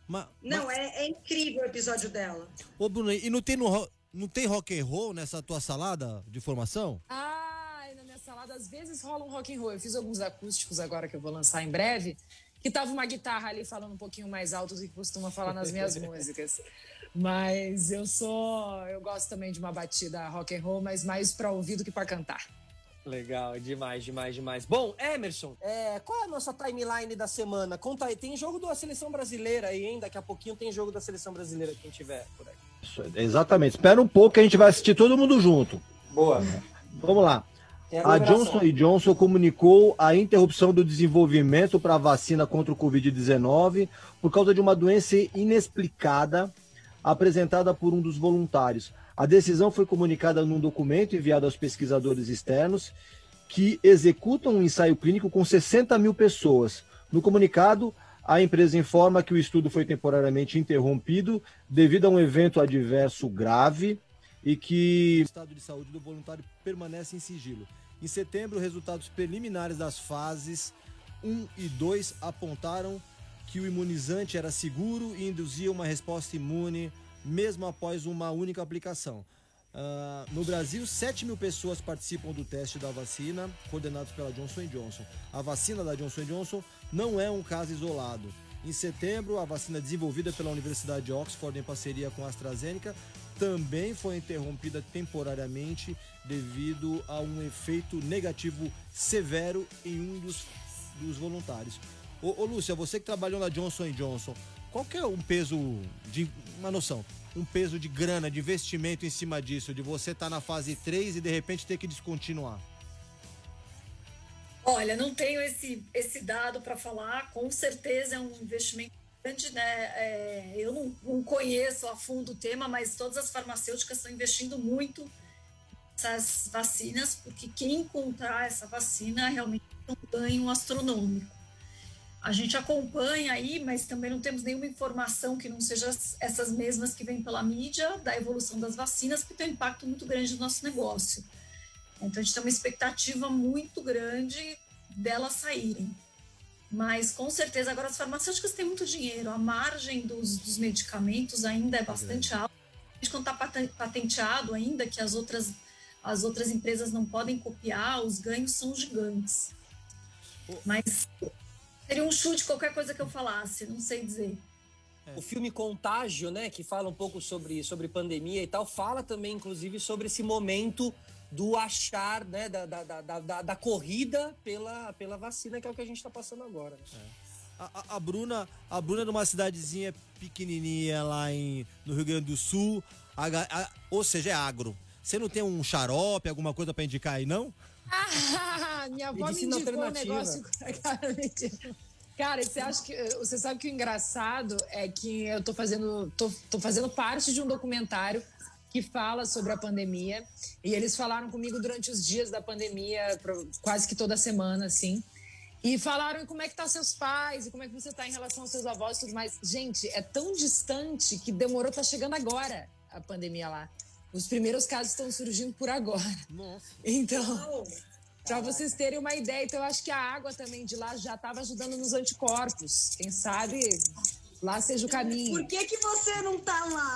É incrível o episódio dela. Ô, Bruno, e não tem rock and roll nessa tua salada de formação? Na minha salada às vezes rola um rock and roll. Eu fiz alguns acústicos agora que eu vou lançar em breve, que tava uma guitarra ali falando um pouquinho mais alto do que costuma falar nas minhas músicas. Mas eu gosto também de uma batida rock and roll, mas mais pra ouvir do que pra cantar. Legal, demais. Bom, Emerson, qual é a nossa timeline da semana? Conta aí, tem jogo da Seleção Brasileira aí, hein? Daqui a pouquinho tem jogo da Seleção Brasileira, quem tiver por aí. Isso, exatamente, espera um pouco que a gente vai assistir todo mundo junto. Boa. Vamos lá. A Johnson & Johnson comunicou a interrupção do desenvolvimento para a vacina contra o Covid-19 por causa de uma doença inexplicada apresentada por um dos voluntários. A decisão foi comunicada num documento enviado aos pesquisadores externos que executam um ensaio clínico com 60 mil pessoas. No comunicado, a empresa informa que o estudo foi temporariamente interrompido devido a um evento adverso grave e que o estado de saúde do voluntário permanece em sigilo. Em setembro, resultados preliminares das fases 1 e 2 apontaram que o imunizante era seguro e induzia uma resposta imune mesmo após uma única aplicação. No Brasil, 7 mil pessoas participam do teste da vacina, coordenados pela Johnson & Johnson. A vacina da Johnson & Johnson não é um caso isolado. Em setembro, a vacina desenvolvida pela Universidade de Oxford em parceria com a AstraZeneca também foi interrompida temporariamente devido a um efeito negativo severo em um dos voluntários. Ô Lúcia, você que trabalhou na Johnson & Johnson, qual que é um peso um peso de grana, de investimento em cima disso, de você estar na fase 3 e de repente ter que descontinuar? Olha, não tenho esse dado para falar, com certeza é um investimento grande, né? Eu não conheço a fundo o tema, mas todas as farmacêuticas estão investindo muito nessas vacinas, porque quem encontrar essa vacina realmente tem um ganho astronômico. A gente acompanha aí, mas também não temos nenhuma informação que não seja essas mesmas que vêm pela mídia, da evolução das vacinas, que tem um impacto muito grande no nosso negócio. Então, a gente tem uma expectativa muito grande delas saírem. Mas, com certeza, agora as farmacêuticas têm muito dinheiro. A margem dos medicamentos ainda é bastante alta. A gente não está patenteado ainda, que as outras empresas não podem copiar, os ganhos são gigantes. Mas seria um chute qualquer coisa que eu falasse, não sei dizer. O filme Contágio, né, que fala um pouco sobre pandemia e tal, fala também, inclusive, sobre esse momento do achar, né, da corrida pela vacina, que é o que a gente está passando agora. Né? A Bruna é de uma cidadezinha pequenininha lá no Rio Grande do Sul, ou seja, é agro. Você não tem um xarope, alguma coisa para indicar aí, não? Minha avó me indicou um negócio. Cara, você sabe que o engraçado é que eu tô fazendo parte de um documentário que fala sobre a pandemia. E eles falaram comigo durante os dias da pandemia, quase que toda semana, assim. E falaram como é que tá seus pais, e como é que você tá em relação aos seus avós e tudo mais. Gente, é tão distante que demorou, tá chegando agora a pandemia lá. Os primeiros casos estão surgindo por agora. Nossa. Então, para vocês terem uma ideia, então eu acho que a água também de lá já estava ajudando nos anticorpos. Quem sabe lá seja o caminho. Por que você não tá lá?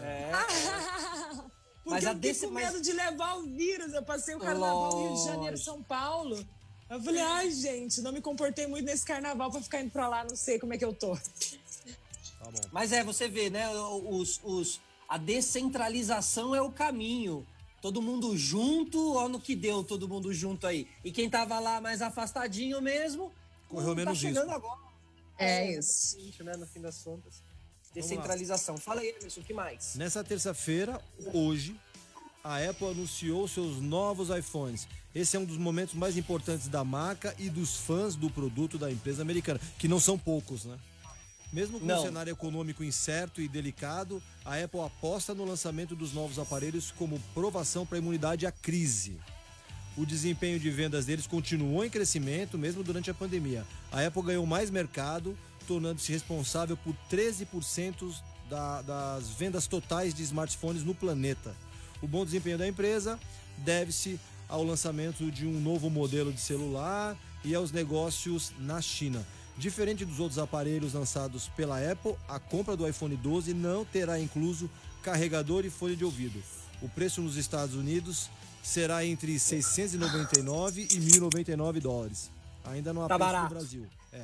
Porque eu fiquei com medo de levar o vírus. Eu passei o carnaval no Rio de Janeiro, São Paulo. Eu falei, ai, gente, não me comportei muito nesse carnaval pra ficar indo pra lá, não sei como é que eu tô. Tá bom. Mas você vê, né, a descentralização é o caminho. Todo mundo junto, olha no que deu todo mundo junto aí. E quem tava lá mais afastadinho mesmo, correu menos tá chegando risco. Agora. É isso. Né, no fim das contas. Descentralização. Fala aí, Emerson, o que mais? Nessa terça-feira, hoje, a Apple anunciou seus novos iPhones. Esse é um dos momentos mais importantes da marca e dos fãs do produto da empresa americana, que não são poucos, né? Mesmo com um cenário econômico incerto e delicado, a Apple aposta no lançamento dos novos aparelhos como provação para a imunidade à crise. O desempenho de vendas deles continuou em crescimento mesmo durante a pandemia. A Apple ganhou mais mercado, tornando-se responsável por 13% das vendas totais de smartphones no planeta. O bom desempenho da empresa deve-se ao lançamento de um novo modelo de celular e aos negócios na China. Diferente dos outros aparelhos lançados pela Apple, a compra do iPhone 12 não terá incluso carregador e fone de ouvido. O preço nos Estados Unidos será entre $699 e $1.099. Ainda não há preço no Brasil.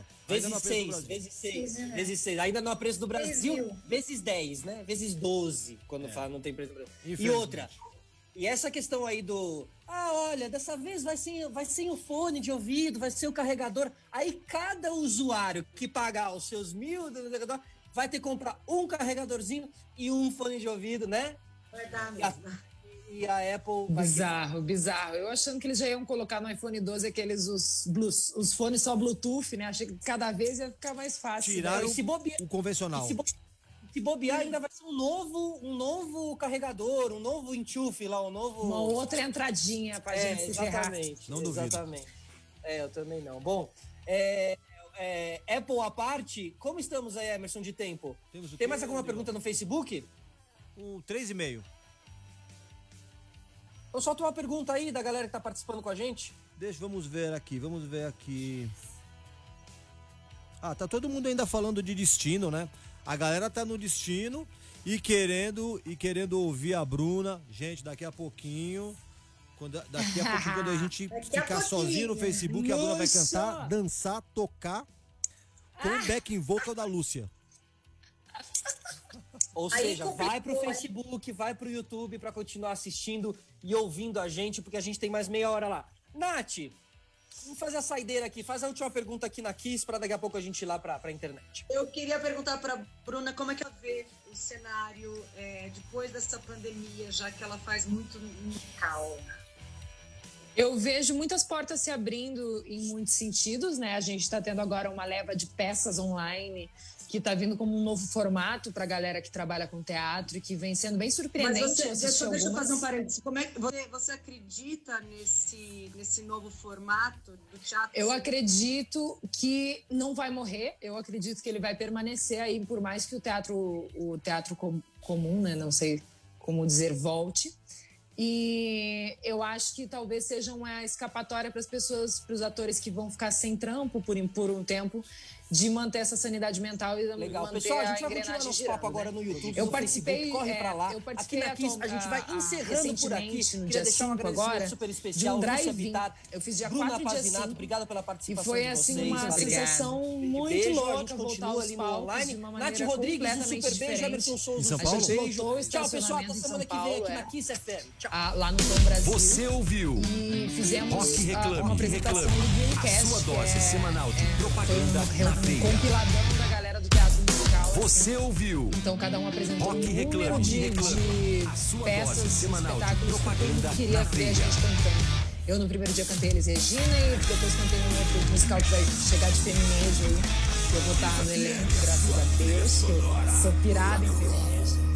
Vezes 6. Ainda não há preço do Brasil. Vezes 10, né? Vezes 12, quando fala não tem preço do Brasil. E outra, e essa questão aí do... olha, dessa vez vai sem o fone de ouvido, vai ser o carregador. Aí cada usuário que pagar os seus $1.000 vai ter que comprar um carregadorzinho e um fone de ouvido, né? Vai dar mesmo. E a Apple... Bizarro. Eu achando que eles já iam colocar no iPhone 12 aqueles os fones só Bluetooth, né? Achei que cada vez ia ficar mais fácil. Tiraram o convencional. Se bobear, ainda vai ser um novo carregador, um novo enchufe lá, uma outra entradinha pra gente se ferrar. Não duvido. Exatamente. Eu também não. Bom, Apple à parte, como estamos aí, Emerson, de tempo? Tem mais alguma pergunta no Facebook? 3,5. Eu solto uma pergunta aí da galera que tá participando com a gente. Vamos ver aqui. Tá todo mundo ainda falando de destino, né? A galera tá no destino e querendo ouvir a Bruna. Gente, daqui a pouquinho, quando a gente ficar sozinho no Facebook, a Bruna vai cantar, dançar, tocar com o backing vocal da Lúcia. Ou seja, vai pro Facebook, vai pro YouTube pra continuar assistindo e ouvindo a gente, porque a gente tem mais meia hora lá. Nath, vamos fazer a saideira aqui. Faz a última pergunta aqui na Kiss pra daqui a pouco a gente ir lá pra internet. Eu queria perguntar pra Bruna como é que ela vê o cenário depois dessa pandemia, já que ela faz muito musical. Eu vejo muitas portas se abrindo em muitos sentidos, né? A gente está tendo agora uma leva de peças online que está vindo como um novo formato para a galera que trabalha com teatro e que vem sendo bem surpreendente. Mas deixa eu fazer um parênteses. Como é que você acredita nesse novo formato do teatro? Eu acredito que não vai morrer. Eu acredito que ele vai permanecer aí, por mais que o teatro comum, né? Não sei como dizer, volte. E eu acho que talvez seja uma escapatória para as pessoas, para os atores que vão ficar sem trampo por um tempo, de manter essa sanidade mental e manter pessoal, a gente vai engrenagem continuar nosso girando, papo agora no YouTube. Eu participei, corre pra lá. Eu participei aqui na Kiss, a gente vai encerrando por aqui. No Queria dia deixar um 5 agora, super de especial, um drive-in. Eu fiz dia 4 e dia 5. Obrigada pela participação. E foi assim uma sensação muito louca voltar aos palcos de uma maneira Nath Rodrigues, um super beijo. diferente. Emerson Souza, São Paulo? Tchau, pessoal. Até semana que vem aqui na Kiss FM. Tchau. Lá no Tom Brasil. Você ouviu E fizemos Rock Reclame, uma apresentação do a Dreamcast, sua dose semanal de propaganda na um veia. compiladão da galera do teatro musical. Você ouviu Então cada um apresentou Rock um Reclame, número de a sua peças, dose semanal de espetáculos que propaganda todo mundo queria na ver a veia. gente cantando. Eu no primeiro dia cantei Elis Regina e depois cantei um outro musical que vai chegar de feminejo aí, que eu vou estar no elenco, graças a Deus, que eu sou pirada em feminejo.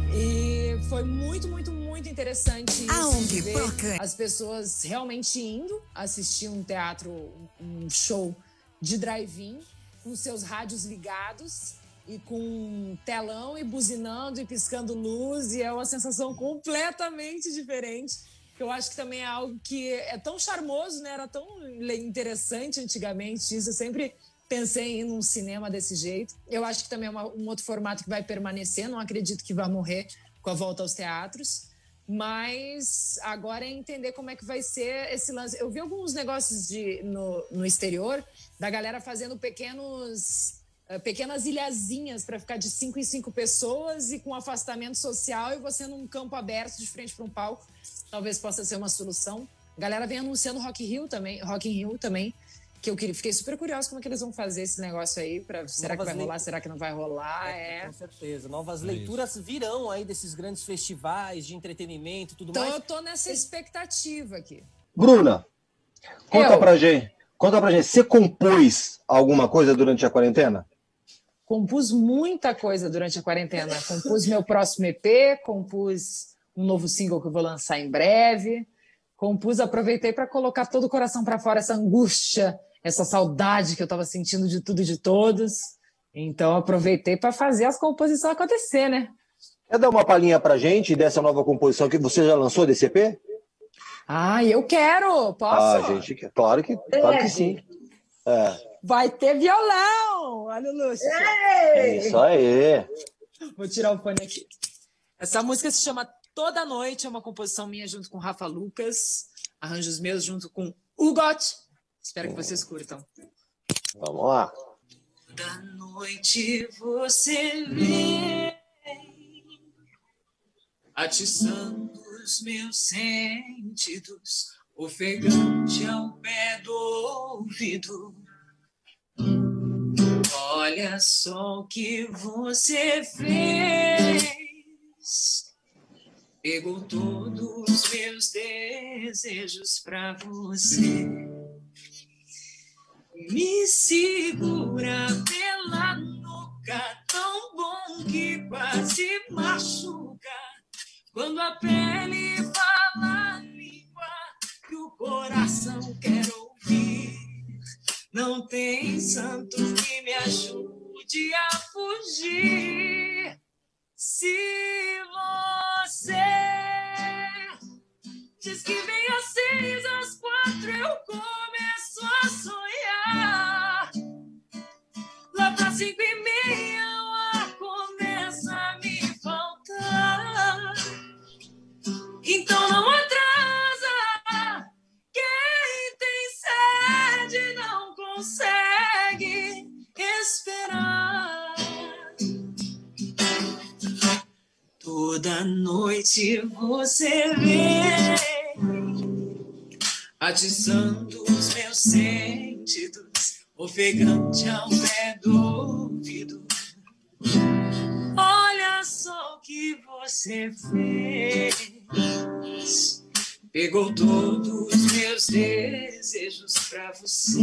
E foi muito, muito, muito interessante isso, Aonde? ver Procane. as pessoas realmente indo assistir um teatro, um show de drive-in, com seus rádios ligados e com telão e buzinando e piscando luz, e é uma sensação completamente diferente, que eu acho que também é algo que é tão charmoso, né? Era tão interessante antigamente isso, eu sempre pensei em ir num cinema desse jeito. Eu acho que também é um outro formato que vai permanecer, não acredito que vai morrer com a volta aos teatros, mas agora é entender como é que vai ser esse lance. Eu vi alguns negócios no exterior da galera fazendo pequenas ilhazinhas para ficar de 5 em 5 pessoas e com afastamento social, e você num campo aberto de frente para um palco. Talvez possa ser uma solução. A galera vem anunciando Rock in Rio também, que eu fiquei super curiosa como é que eles vão fazer esse negócio aí. Será que vai rolar? Será que não vai rolar? Com certeza. Novas leituras virão aí desses grandes festivais de entretenimento e tudo mais. Então eu tô nessa expectativa aqui. Bruna, conta pra gente. Você compôs alguma coisa durante a quarentena? Compus muita coisa durante a quarentena. Compus meu próximo EP, compus um novo single que eu vou lançar em breve. Aproveitei para colocar todo o coração para fora, essa angústia, essa saudade que eu estava sentindo de tudo e de todos. Então, aproveitei para fazer as composições acontecer, né? Quer dar uma palhinha pra gente dessa nova composição que você já lançou desse EP? Ah, eu quero! Posso? Gente, claro que sim. Vai ter violão! Olha o luxo. Isso aí. Vou tirar o fone aqui. Essa música se chama Toda Noite, é uma composição minha junto com Rafa Lucas, arranjos meus junto com Hugot. Espero que vocês curtam. Vamos lá. Da noite você vem atiçando os meus sentidos, ofegante ao pé do ouvido. Olha só o que você fez. Pegou todos os meus desejos pra você. Me segura pela nuca, tão bom que quase machuca. Quando a pele fala a língua que o coração quer ouvir. Não tem santo que me ajude a fugir. Se você diz que vem às 6, às 4 eu começo a sonhar. Lá pra 5:30 o ar começa a me faltar. Então não atrasa. Quem tem sede não consegue esperar. Toda noite você vem atiçando os meus sentidos, ofegante ao pé do ouvido. Olha só o que você fez. Pegou todos os meus desejos pra você.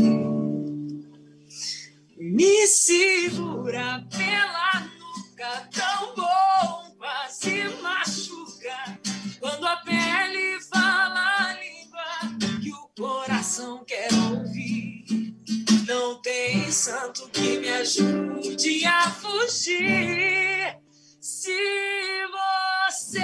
Me segura pela nuca, tão bom, quase machuca. Quando a pele fala a língua que o coração quer ouvir. Não tem santo que me ajude a fugir. Se você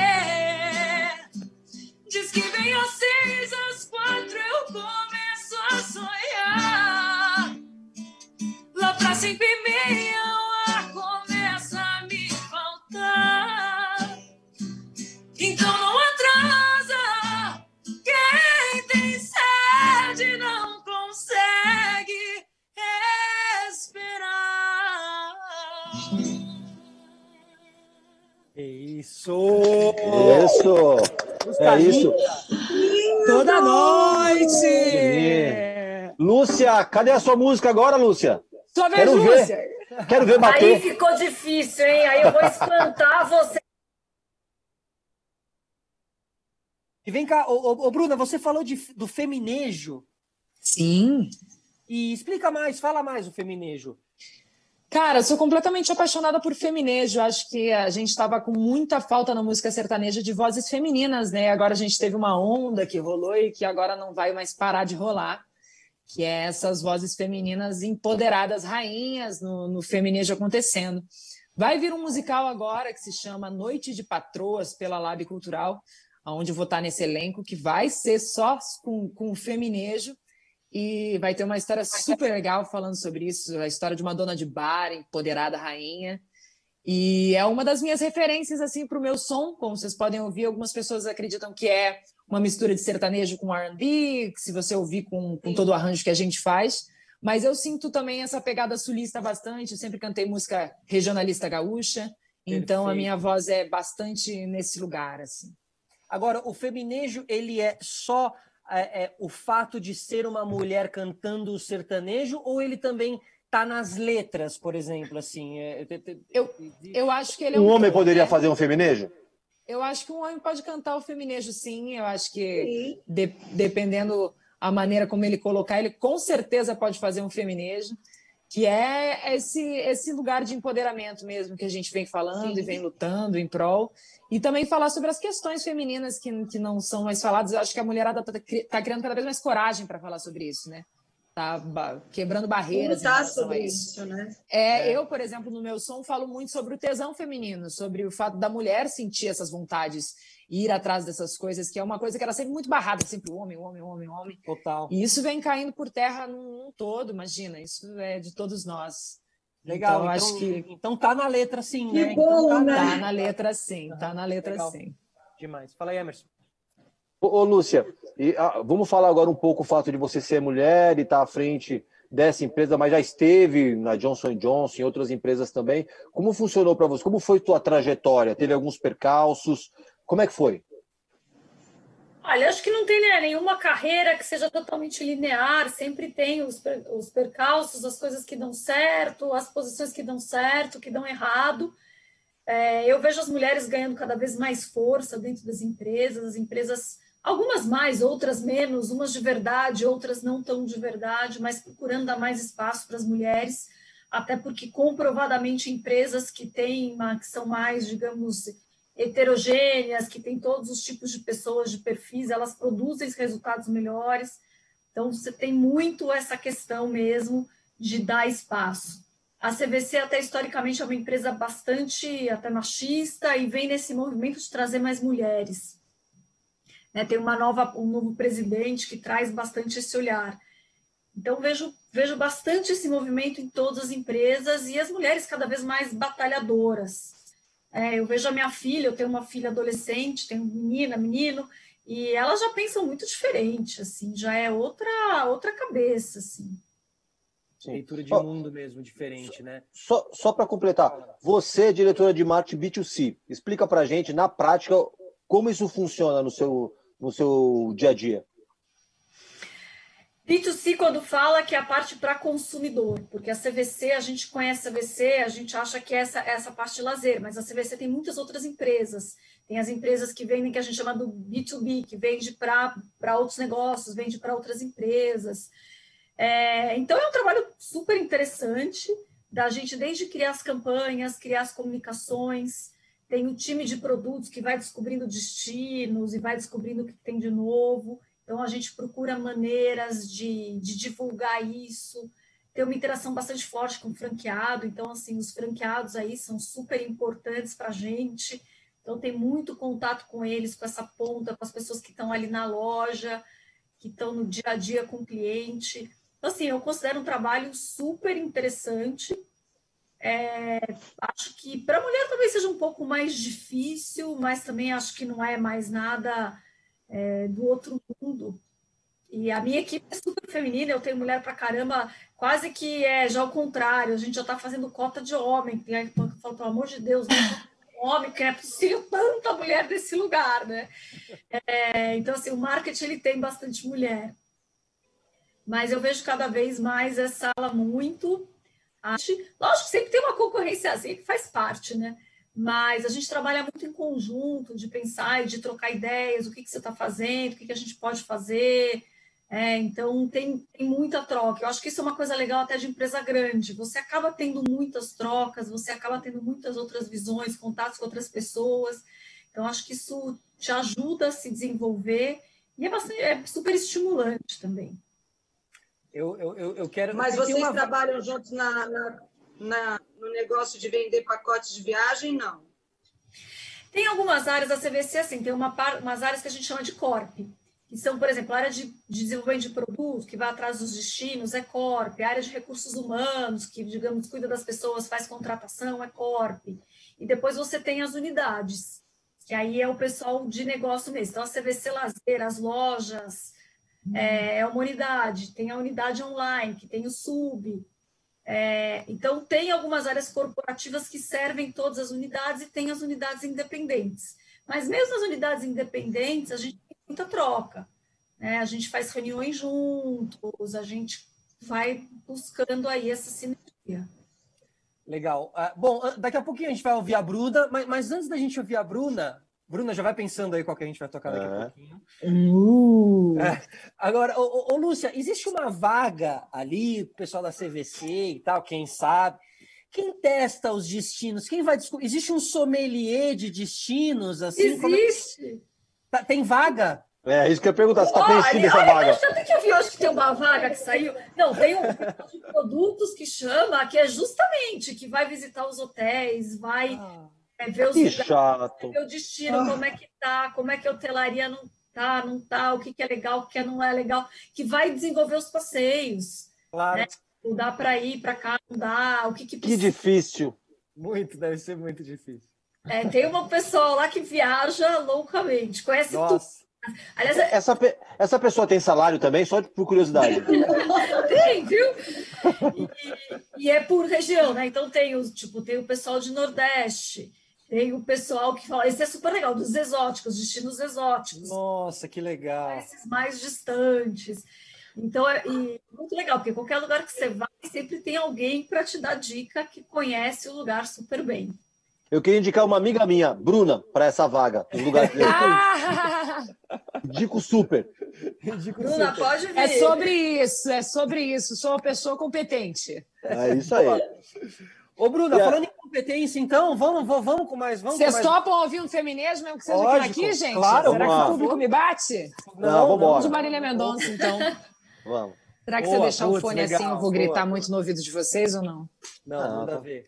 diz que vem às 6, às 4 eu começo a sonhar. Lá pra 5:30 o ar começa a me faltar. Então não atrasa. Quem tem sede não consegue esperar. Isso! É isso. Toda noite! Lúcia, cadê a sua música agora, Lúcia? Sua vez, Lúcia! Quero ver bater. Aí ficou difícil, hein? Aí eu vou espantar você. E vem cá, ô, Bruna, você falou do feminejo. Sim. E explica mais, fala mais o feminejo. Cara, eu sou completamente apaixonada por feminejo. Acho que a gente estava com muita falta na música sertaneja de vozes femininas, né? Agora a gente teve uma onda que rolou e que agora não vai mais parar de rolar, que é essas vozes femininas empoderadas, rainhas no feminejo acontecendo. Vai vir um musical agora que se chama Noite de Patroas, pela Lab Cultural, onde eu vou estar nesse elenco, que vai ser só com feminejo. E vai ter uma história super legal falando sobre isso, a história de uma dona de bar, empoderada rainha. E é uma das minhas referências assim para o meu som, como vocês podem ouvir, algumas pessoas acreditam que é uma mistura de sertanejo com R&B, se você ouvir com todo o arranjo que a gente faz. Mas eu sinto também essa pegada sulista bastante, eu sempre cantei música regionalista gaúcha, então a minha voz é bastante nesse lugar, assim. Agora, o feminejo, ele é só o fato de ser uma mulher cantando o sertanejo, ou ele também tá nas letras, por exemplo, assim? Eu acho que ele é um homem poderia fazer um feminejo? Eu acho que um homem pode cantar o feminejo, sim. Eu acho que, dependendo a maneira como ele colocar, ele com certeza pode fazer um feminejo, que é esse lugar de empoderamento mesmo que a gente vem falando e vem lutando em prol. E também falar sobre as questões femininas que não são mais faladas. Eu acho que a mulherada tá criando cada vez mais coragem para falar sobre isso, né? Tá quebrando barreiras em relação a isso, né? Eu, por exemplo, no meu som, falo muito sobre o tesão feminino, sobre o fato da mulher sentir essas vontades e ir atrás dessas coisas, que é uma coisa que era sempre muito barrada, sempre o homem. Total. E isso vem caindo por terra num todo, imagina, isso é de todos nós. Legal, então, acho que... então tá na letra sim, que né? Bom, então, tá na letra sim, tá na letra sim. Demais. Fala aí, Emerson. Ô, Lúcia, vamos falar agora um pouco o fato de você ser mulher e estar à frente dessa empresa, mas já esteve na Johnson & Johnson, em outras empresas também. Como funcionou para você? Como foi tua trajetória? Teve alguns percalços? Como é que foi? Olha, acho que não tem nenhuma carreira que seja totalmente linear, sempre tem os percalços, as coisas que dão certo, as posições que dão certo, que dão errado. Eu vejo as mulheres ganhando cada vez mais força dentro das empresas, as empresas, algumas mais, outras menos, umas de verdade, outras não tão de verdade, mas procurando dar mais espaço para as mulheres, até porque comprovadamente empresas que são mais, digamos, heterogêneas, que tem todos os tipos de pessoas, de perfis, elas produzem resultados melhores. Então, você tem muito essa questão mesmo de dar espaço. A CVC, até historicamente, é uma empresa bastante até machista e vem nesse movimento de trazer mais mulheres. Tem um novo presidente que traz bastante esse olhar. Então, vejo bastante esse movimento em todas as empresas e as mulheres cada vez mais batalhadoras. Eu vejo a minha filha, eu tenho uma filha adolescente, tenho menino, e elas já pensam muito diferente, assim, já é outra cabeça, assim. Leitura de mundo mesmo, diferente, né? Só para completar, você é diretora de marketing B2C. Explica para a gente, na prática, como isso funciona no seu dia a dia. B2C, quando fala que é a parte para consumidor, porque a CVC, a gente conhece a CVC, a gente acha que é essa parte de lazer, mas a CVC tem muitas outras empresas. Tem as empresas que vendem, que a gente chama do B2B, que vende para outros negócios, vende para outras empresas. Então, é um trabalho super interessante da gente, desde criar as campanhas, criar as comunicações, tem o time de produtos que vai descobrindo destinos e vai descobrindo o que tem de novo. Então, a gente procura maneiras de divulgar isso, tem uma interação bastante forte com o franqueado, então, assim, os franqueados aí são super importantes para a gente, então tem muito contato com eles, com essa ponta, com as pessoas que estão ali na loja, que estão no dia a dia com o cliente. Então, assim, eu considero um trabalho super interessante. Acho que para a mulher talvez seja um pouco mais difícil, mas também acho que não é mais nada do outro mundo. E a minha equipe é super feminina, eu tenho mulher pra caramba, quase que já ao contrário, a gente já está fazendo cota de homem. Eu falo, pelo amor de Deus, não homem, que é possível tanta mulher nesse lugar, né? Então, assim, o marketing ele tem bastante mulher. Mas eu vejo cada vez mais essa sala muito. Lógico que sempre tem uma concorrência assim, que faz parte, né? Mas a gente trabalha muito em conjunto, de pensar e de trocar ideias, o que você está fazendo, o que a gente pode fazer. Então tem muita troca. Eu acho que isso é uma coisa legal até de empresa grande. Você acaba tendo muitas trocas, você acaba tendo muitas outras visões, contatos com outras pessoas. Então, acho que isso te ajuda a se desenvolver e é super estimulante também. Eu quero. Mas vocês trabalham juntos no negócio de vender pacotes de viagem, não? Tem algumas áreas da CVC, assim, tem umas áreas que a gente chama de Corp, que são, por exemplo, a área de desenvolvimento de produto, que vai atrás dos destinos, é Corp, a área de recursos humanos, que, digamos, cuida das pessoas, faz contratação, é Corp. E depois você tem as unidades, que aí é o pessoal de negócio mesmo. Então, a CVC Lazer, as lojas, é uma unidade, tem a unidade online, que tem o sub. Então, tem algumas áreas corporativas que servem todas as unidades e tem as unidades independentes. Mas mesmo as unidades independentes, a gente tem muita troca, né? A gente faz reuniões juntos, a gente vai buscando aí essa sinergia. Legal. Bom, daqui a pouquinho a gente vai ouvir a Bruna, mas antes da gente ouvir a Bruna, já vai pensando aí qual que a gente vai tocar daqui a pouquinho. Agora, ô Lúcia, existe uma vaga ali, o pessoal da CVC e tal, quem sabe? Quem testa os destinos? Quem vai descobrir? Existe um sommelier de destinos? Assim, existe. Tem vaga? Isso que eu ia perguntar, você está preenchida essa vaga? Até que eu vi, acho que tem uma vaga que saiu. Não, tem um de produtos que chama, que é justamente, que vai visitar os hotéis, vai ver os lugares, chato. ver o destino, como é que a hotelaria não tá, o que é legal, o que não é legal, que vai desenvolver os passeios. Claro. Né? Não dá para ir para cá, não dá, o que precisa. Que difícil. Deve ser muito difícil. Tem uma pessoa lá que viaja loucamente, conhece tudo. Aliás, essa pessoa tem salário também, só por curiosidade? Tem, viu? E é por região, né? Então tem o pessoal de Nordeste, tem o pessoal que fala, esse é super legal, dos exóticos, destinos exóticos. Nossa, que legal. Esses mais distantes. Então, muito legal, porque qualquer lugar que você vai, sempre tem alguém para te dar dica que conhece o lugar super bem. Eu queria indicar uma amiga minha, Bruna, para essa vaga. Um lugar que Dico super. Bruna, pode vir. É sobre isso. Sou uma pessoa competente. É isso aí. Ô, Bruna, falando em competência, então, vamos com mais. Vocês topam ouvir um feminismo mesmo que seja aqui, gente? Claro, será que o público me bate? Não, vamos Vamos de Marília Mendonça, então. Vamos. Será que se eu deixar o fone assim, eu vou gritar muito no ouvido de vocês ou não? Não, nada a ver.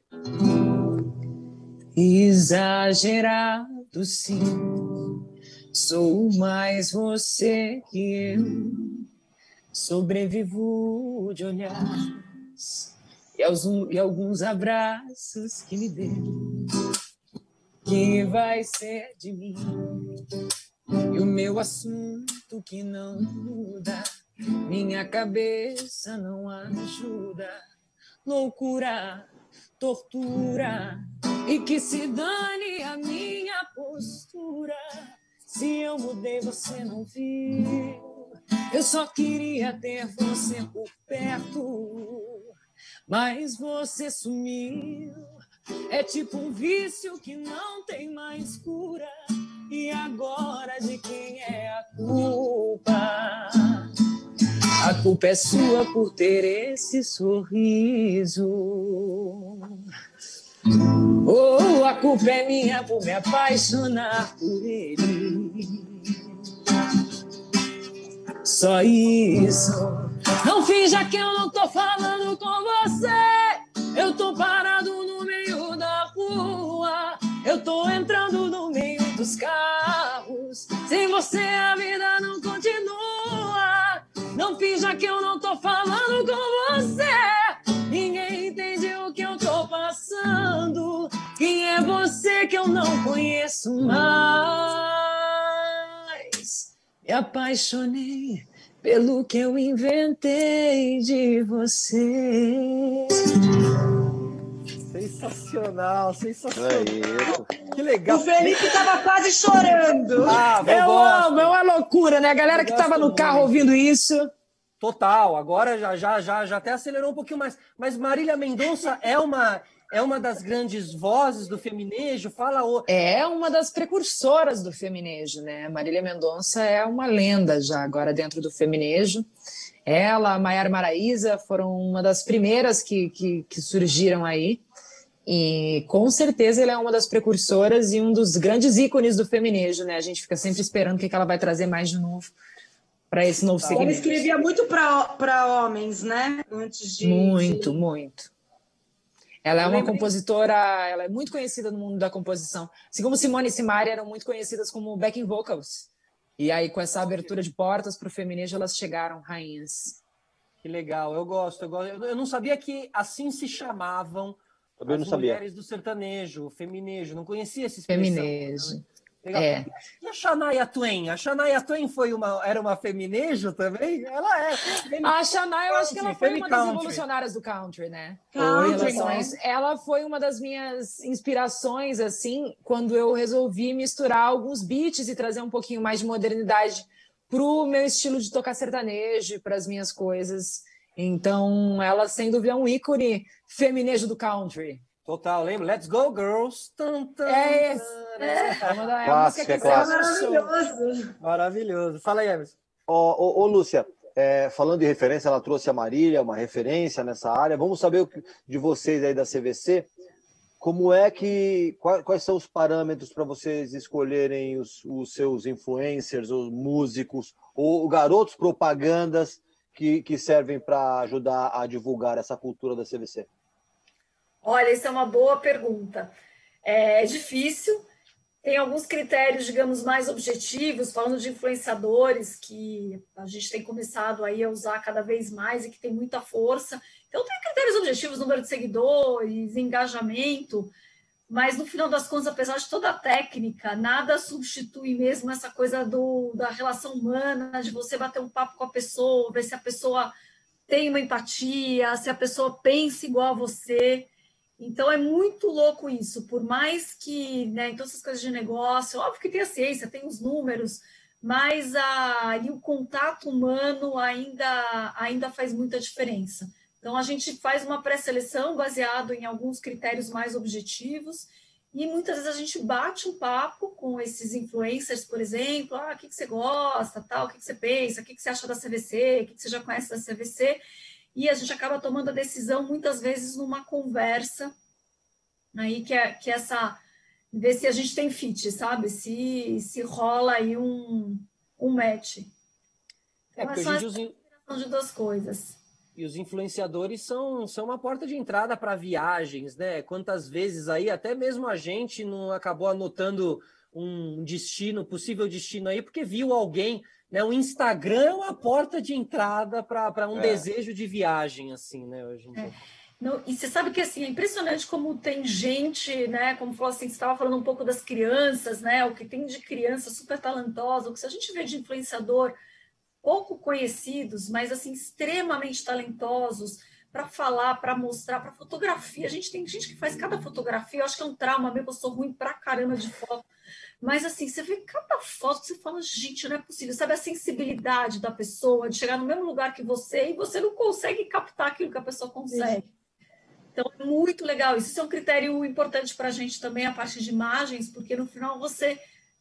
Exagerado, sim. Sou mais você que eu. Sobrevivo de olhares e alguns abraços que me deu. Que vai ser de mim? E o meu assunto que não muda. Minha cabeça não ajuda. Loucura, tortura. E que se dane a minha postura. Se eu mudei, você não viu. Eu só queria ter você por perto, mas você sumiu. É tipo um vício que não tem mais cura. E agora de quem é a culpa? A culpa é sua por ter esse sorriso. Oh, a culpa é minha por me apaixonar por ele. Só isso. Não finja que eu não tô falando com você. Eu tô parado no meio da rua. Eu tô entrando no meio dos carros. Sem você a vida não continua. Não finja que eu não tô falando com você. Ninguém entende o que eu tô passando. Quem é você que eu não conheço mais? Me apaixonei pelo que eu inventei de você. Sensacional. É isso. Que legal. O Felipe tava quase chorando. Eu amo, é uma loucura, né? A galera que tava no carro ouvindo isso. Total, agora já até acelerou um pouquinho mais. Mas Marília Mendonça é é uma das grandes vozes do feminejo. Fala o... É uma das precursoras do feminejo, né? Marília Mendonça é uma lenda já agora dentro do feminejo. Ela, a Maiara Maraíza foram uma das primeiras que surgiram aí. E com certeza ela é uma das precursoras e um dos grandes ícones do feminejo, né? A gente fica sempre esperando o que ela vai trazer mais de novo para esse novo segmento. Ela escrevia muito para homens, né? Antes de... Muito. Ela é uma compositora, ela é muito conhecida no mundo da composição. Assim como Simone e Simaria eram muito conhecidas como backing vocals. E aí, com essa abertura de portas para o feminejo, elas chegaram rainhas. Que legal, eu gosto. Eu não sabia que assim se chamavam as mulheres do sertanejo, feminejo. Não conhecia essa expressão. Feminejo. Legal. É. E a Shania Twain? A Shania Twain era uma feminejo também? Ela é. A Shania, eu acho que ela foi uma das revolucionárias do country, né? Ela foi uma das minhas inspirações, assim, quando eu resolvi misturar alguns beats e trazer um pouquinho mais de modernidade pro meu estilo de tocar sertanejo, para as minhas coisas. Então, ela, sem dúvida, é um ícone feminejo do country. Total, lembra? Let's go, girls! É esse. É maravilhoso. Maravilhoso. Fala aí, Emerson. Ô, Lúcia, falando de referência, ela trouxe a Marília, uma referência nessa área. Vamos saber de vocês aí da CVC, quais são os parâmetros para vocês escolherem os seus influencers, os músicos, ou garotos propagandas que servem para ajudar a divulgar essa cultura da CVC? Olha, isso é uma boa pergunta. É difícil, tem alguns critérios, digamos, mais objetivos, falando de influenciadores que a gente tem começado aí a usar cada vez mais e que tem muita força. Então, tem critérios objetivos, número de seguidores, engajamento, mas no final das contas, apesar de toda a técnica, nada substitui mesmo essa coisa da relação humana, de você bater um papo com a pessoa, ver se a pessoa tem uma empatia, se a pessoa pensa igual a você. Então, é muito louco isso, por mais que, né, em todas essas coisas de negócio, óbvio que tem a ciência, tem os números, mas ali o contato humano ainda faz muita diferença. Então, a gente faz uma pré-seleção baseado em alguns critérios mais objetivos e muitas vezes a gente bate um papo com esses influencers, por exemplo, o que você gosta, tal, o que você pensa, o que você acha da CVC, o que você já conhece da CVC, e a gente acaba tomando a decisão muitas vezes numa conversa aí que é essa, ver se a gente tem fit, sabe? Se rola aí um match. Porque a gente de duas coisas. E os influenciadores são uma porta de entrada para viagens, né? Quantas vezes aí, até mesmo a gente não acabou anotando um possível destino aí, porque viu alguém, né? O Instagram é uma porta de entrada para um desejo de viagem, assim, né? Hoje em dia. Não, e você sabe que assim, é impressionante como tem gente, né? Como falou assim, você estava falando um pouco das crianças, né? O que tem de criança super talentosa, o que se a gente vê de influenciador pouco conhecidos, mas assim, extremamente talentosos para falar, para mostrar, para fotografia. Tem gente que faz cada fotografia, eu acho que é um trauma mesmo, eu sou ruim pra caramba de foto. Mas assim, você vê cada foto que você fala, gente, não é possível. Sabe a sensibilidade da pessoa de chegar no mesmo lugar que você e você não consegue captar aquilo que a pessoa consegue. Então, é muito legal. Isso é um critério importante para a gente também, a parte de imagens, porque no final você,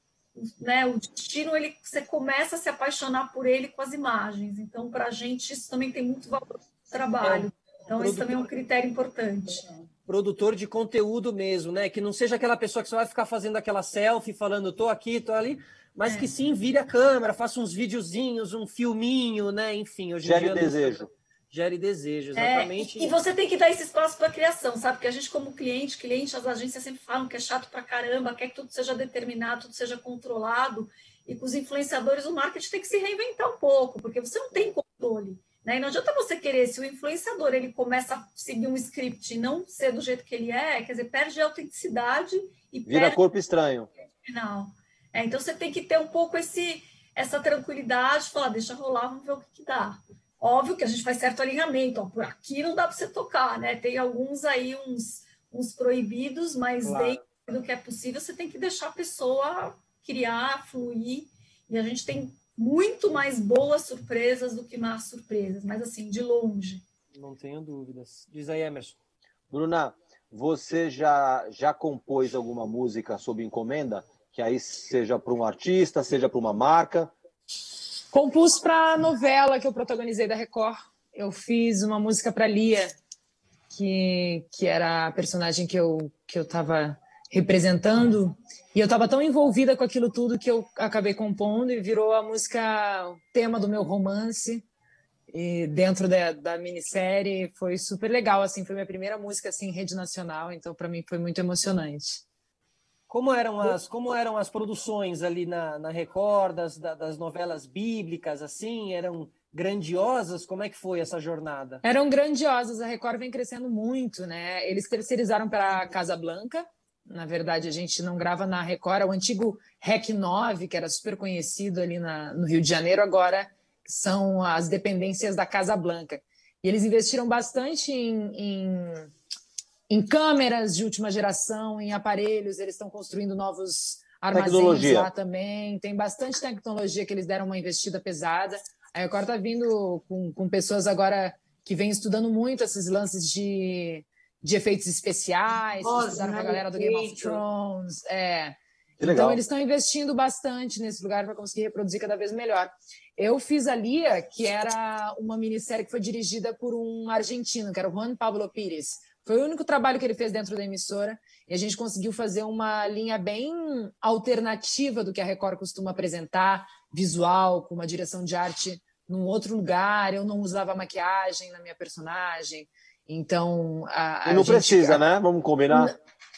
né, o destino, você começa a se apaixonar por ele com as imagens. Então, para a gente, isso também tem muito valor no trabalho. Então, isso também é um critério importante. Produtor de conteúdo mesmo, né? Que não seja aquela pessoa que só vai ficar fazendo aquela selfie, falando, tô aqui, tô ali, mas que sim, vire a câmera, faça uns videozinhos, um filminho, né? Enfim, hoje em dia... Gere desejo, exatamente. E você tem que dar esse espaço para a criação, sabe? Porque a gente, como cliente, as agências sempre falam que é chato pra caramba, quer que tudo seja determinado, tudo seja controlado. E com os influenciadores, o marketing tem que se reinventar um pouco, porque você não tem controle, né? E não adianta você querer, se o influenciador ele começa a seguir um script e não ser do jeito que ele é, quer dizer, perde a autenticidade e vira corpo estranho. Final. Então você tem que ter um pouco essa tranquilidade, falar, deixa rolar, vamos ver o que dá. Óbvio que a gente faz certo alinhamento, por aqui não dá para você tocar, né? Tem alguns aí, uns proibidos, mas dentro do que é possível, você tem que deixar a pessoa criar, fluir, e a gente tem muito mais boas surpresas do que más surpresas, mas assim, de longe. Não tenho dúvidas. Diz aí, Emerson. Bruna, você já compôs alguma música sob encomenda? Que aí seja para um artista, seja para uma marca? Compus para a novela que eu protagonizei da Record. Eu fiz uma música para Lia, que era a personagem que eu estava representando. E eu estava tão envolvida com aquilo tudo que eu acabei compondo e virou a música o tema do meu romance. E dentro da minissérie foi super legal, assim, foi minha primeira música assim, em rede nacional, então para mim foi muito emocionante. Como eram as produções ali na Record, das novelas bíblicas, assim? Eram grandiosas? Como é que foi essa jornada? Eram grandiosas, a Record vem crescendo muito, né? Eles terceirizaram para a Casa Blanca. Na verdade, a gente não grava na Record, é o antigo REC 9, que era super conhecido ali no Rio de Janeiro, agora são as dependências da Casa Blanca. E eles investiram bastante em câmeras de última geração, em aparelhos, eles estão construindo novos armazéns lá também. Tem bastante tecnologia que eles deram uma investida pesada. A Record está vindo com pessoas agora que vêm estudando muito esses lances de efeitos especiais, que estudaram com a galera do Game of Thrones. Então, eles estão investindo bastante nesse lugar para conseguir reproduzir cada vez melhor. Eu fiz a Lia, que era uma minissérie que foi dirigida por um argentino, que era o Juan Pablo Pires. Foi o único trabalho que ele fez dentro da emissora e a gente conseguiu fazer uma linha bem alternativa do que a Record costuma apresentar, visual, com uma direção de arte num outro lugar. Eu não usava maquiagem na minha personagem, então... E não precisa, né? Vamos combinar?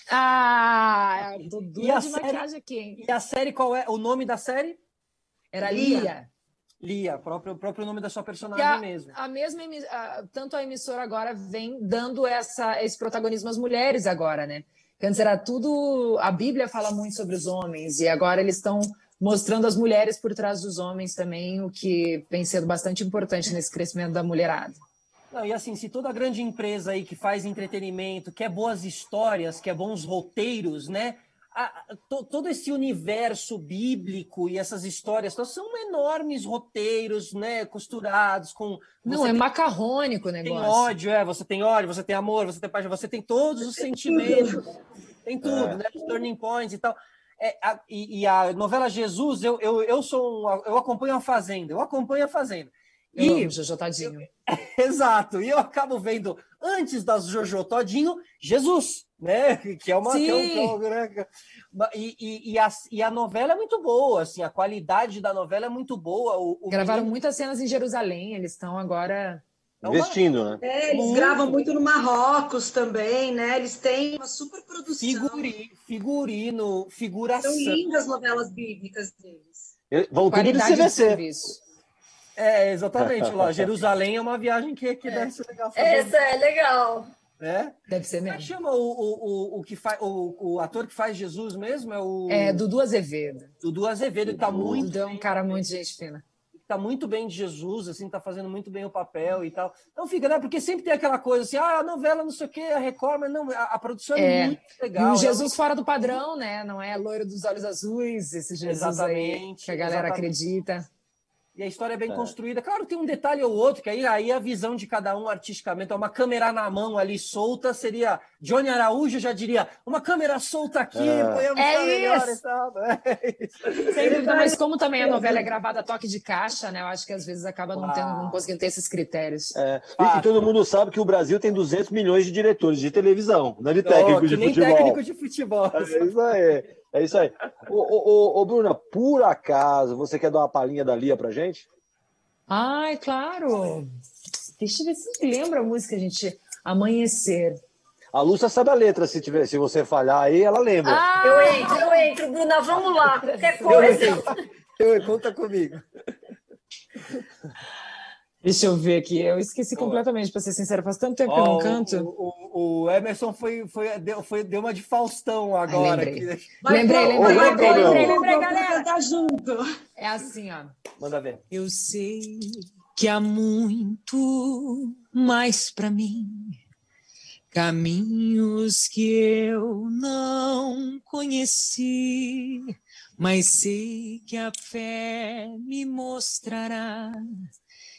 Tô dura de maquiagem aqui, hein? E a série, qual é? O nome da série? Era Lia. Lia, próprio nome da sua personagem mesmo. Tanto a emissora agora vem dando esse protagonismo às mulheres agora, né? Antes era tudo... A Bíblia fala muito sobre os homens e agora eles estão mostrando as mulheres por trás dos homens também, o que vem sendo bastante importante nesse crescimento da mulherada. Não, e assim, se toda grande empresa aí que faz entretenimento, quer boas histórias, quer bons roteiros, né? Todo esse universo bíblico e essas histórias são enormes roteiros, né, costurados com... Não, é macarrônico o negócio. Tem ódio, você tem ódio, você tem amor, você tem paixão, você tem todos os sentimentos, tem tudo, né, os turning points e tal. E a novela Jesus, eu acompanho a Fazenda, E Jojo Todinho. Exato, e eu acabo vendo, antes das Jojo Todinho, Jesus, né? Que é uma... né? E a novela é muito boa, assim, a qualidade da novela é muito boa. Gravaram muitas cenas em Jerusalém, eles estão agora... Investindo, né? Eles gravam muito no Marrocos também, né? Eles têm uma super produção. Figurino, figuração. São lindas as novelas bíblicas deles. Vão tudo de CVC. Exatamente. Lá, Jerusalém é uma viagem que deve ser legal fazer. Essa é legal. Deve ser mesmo. Como chama o ator que faz Jesus mesmo? Dudu Azevedo. Dudu Azevedo, que tá muito... Dudu é um cara muito gente fina. Tá muito bem de Jesus, assim, tá fazendo muito bem o papel e tal. Então fica, né? Porque sempre tem aquela coisa assim, a novela não sei o quê, a Record, mas não, a produção é muito legal. E o Jesus fora do padrão, né? Não é loiro dos olhos azuis, esse Jesus aí que a galera acredita. E a história é bem construída. Claro, tem um detalhe ou outro, que aí a visão de cada um artisticamente, uma câmera na mão ali solta, seria... Johnny Araújo já diria, uma câmera solta aqui, podemos ficar melhor e tal. Sem dúvida, mas como também a novela é gravada a toque de caixa, né? Eu acho que às vezes acaba não conseguindo ter esses critérios. E todo mundo sabe que o Brasil tem 200 milhões de diretores de televisão, não é de técnico de futebol. Técnico de futebol. É isso aí. Ô, Bruna, por acaso, você quer dar uma palhinha da Lia pra gente? Ai, claro. Deixa eu ver se lembra a música, gente. Amanhecer. A Lúcia sabe a letra, se você falhar aí, ela lembra. Eu entro, Bruna, vamos lá. Qualquer coisa. Conta comigo. Deixa eu ver aqui. Eu esqueci completamente, para ser sincera. Faz tanto tempo que eu não canto. O Emerson deu uma de Faustão agora. Lembrei, galera. Cantar junto. É assim, ó. Manda ver. Eu sei que há muito mais para mim, caminhos que eu não conheci, mas sei que a fé me mostrará,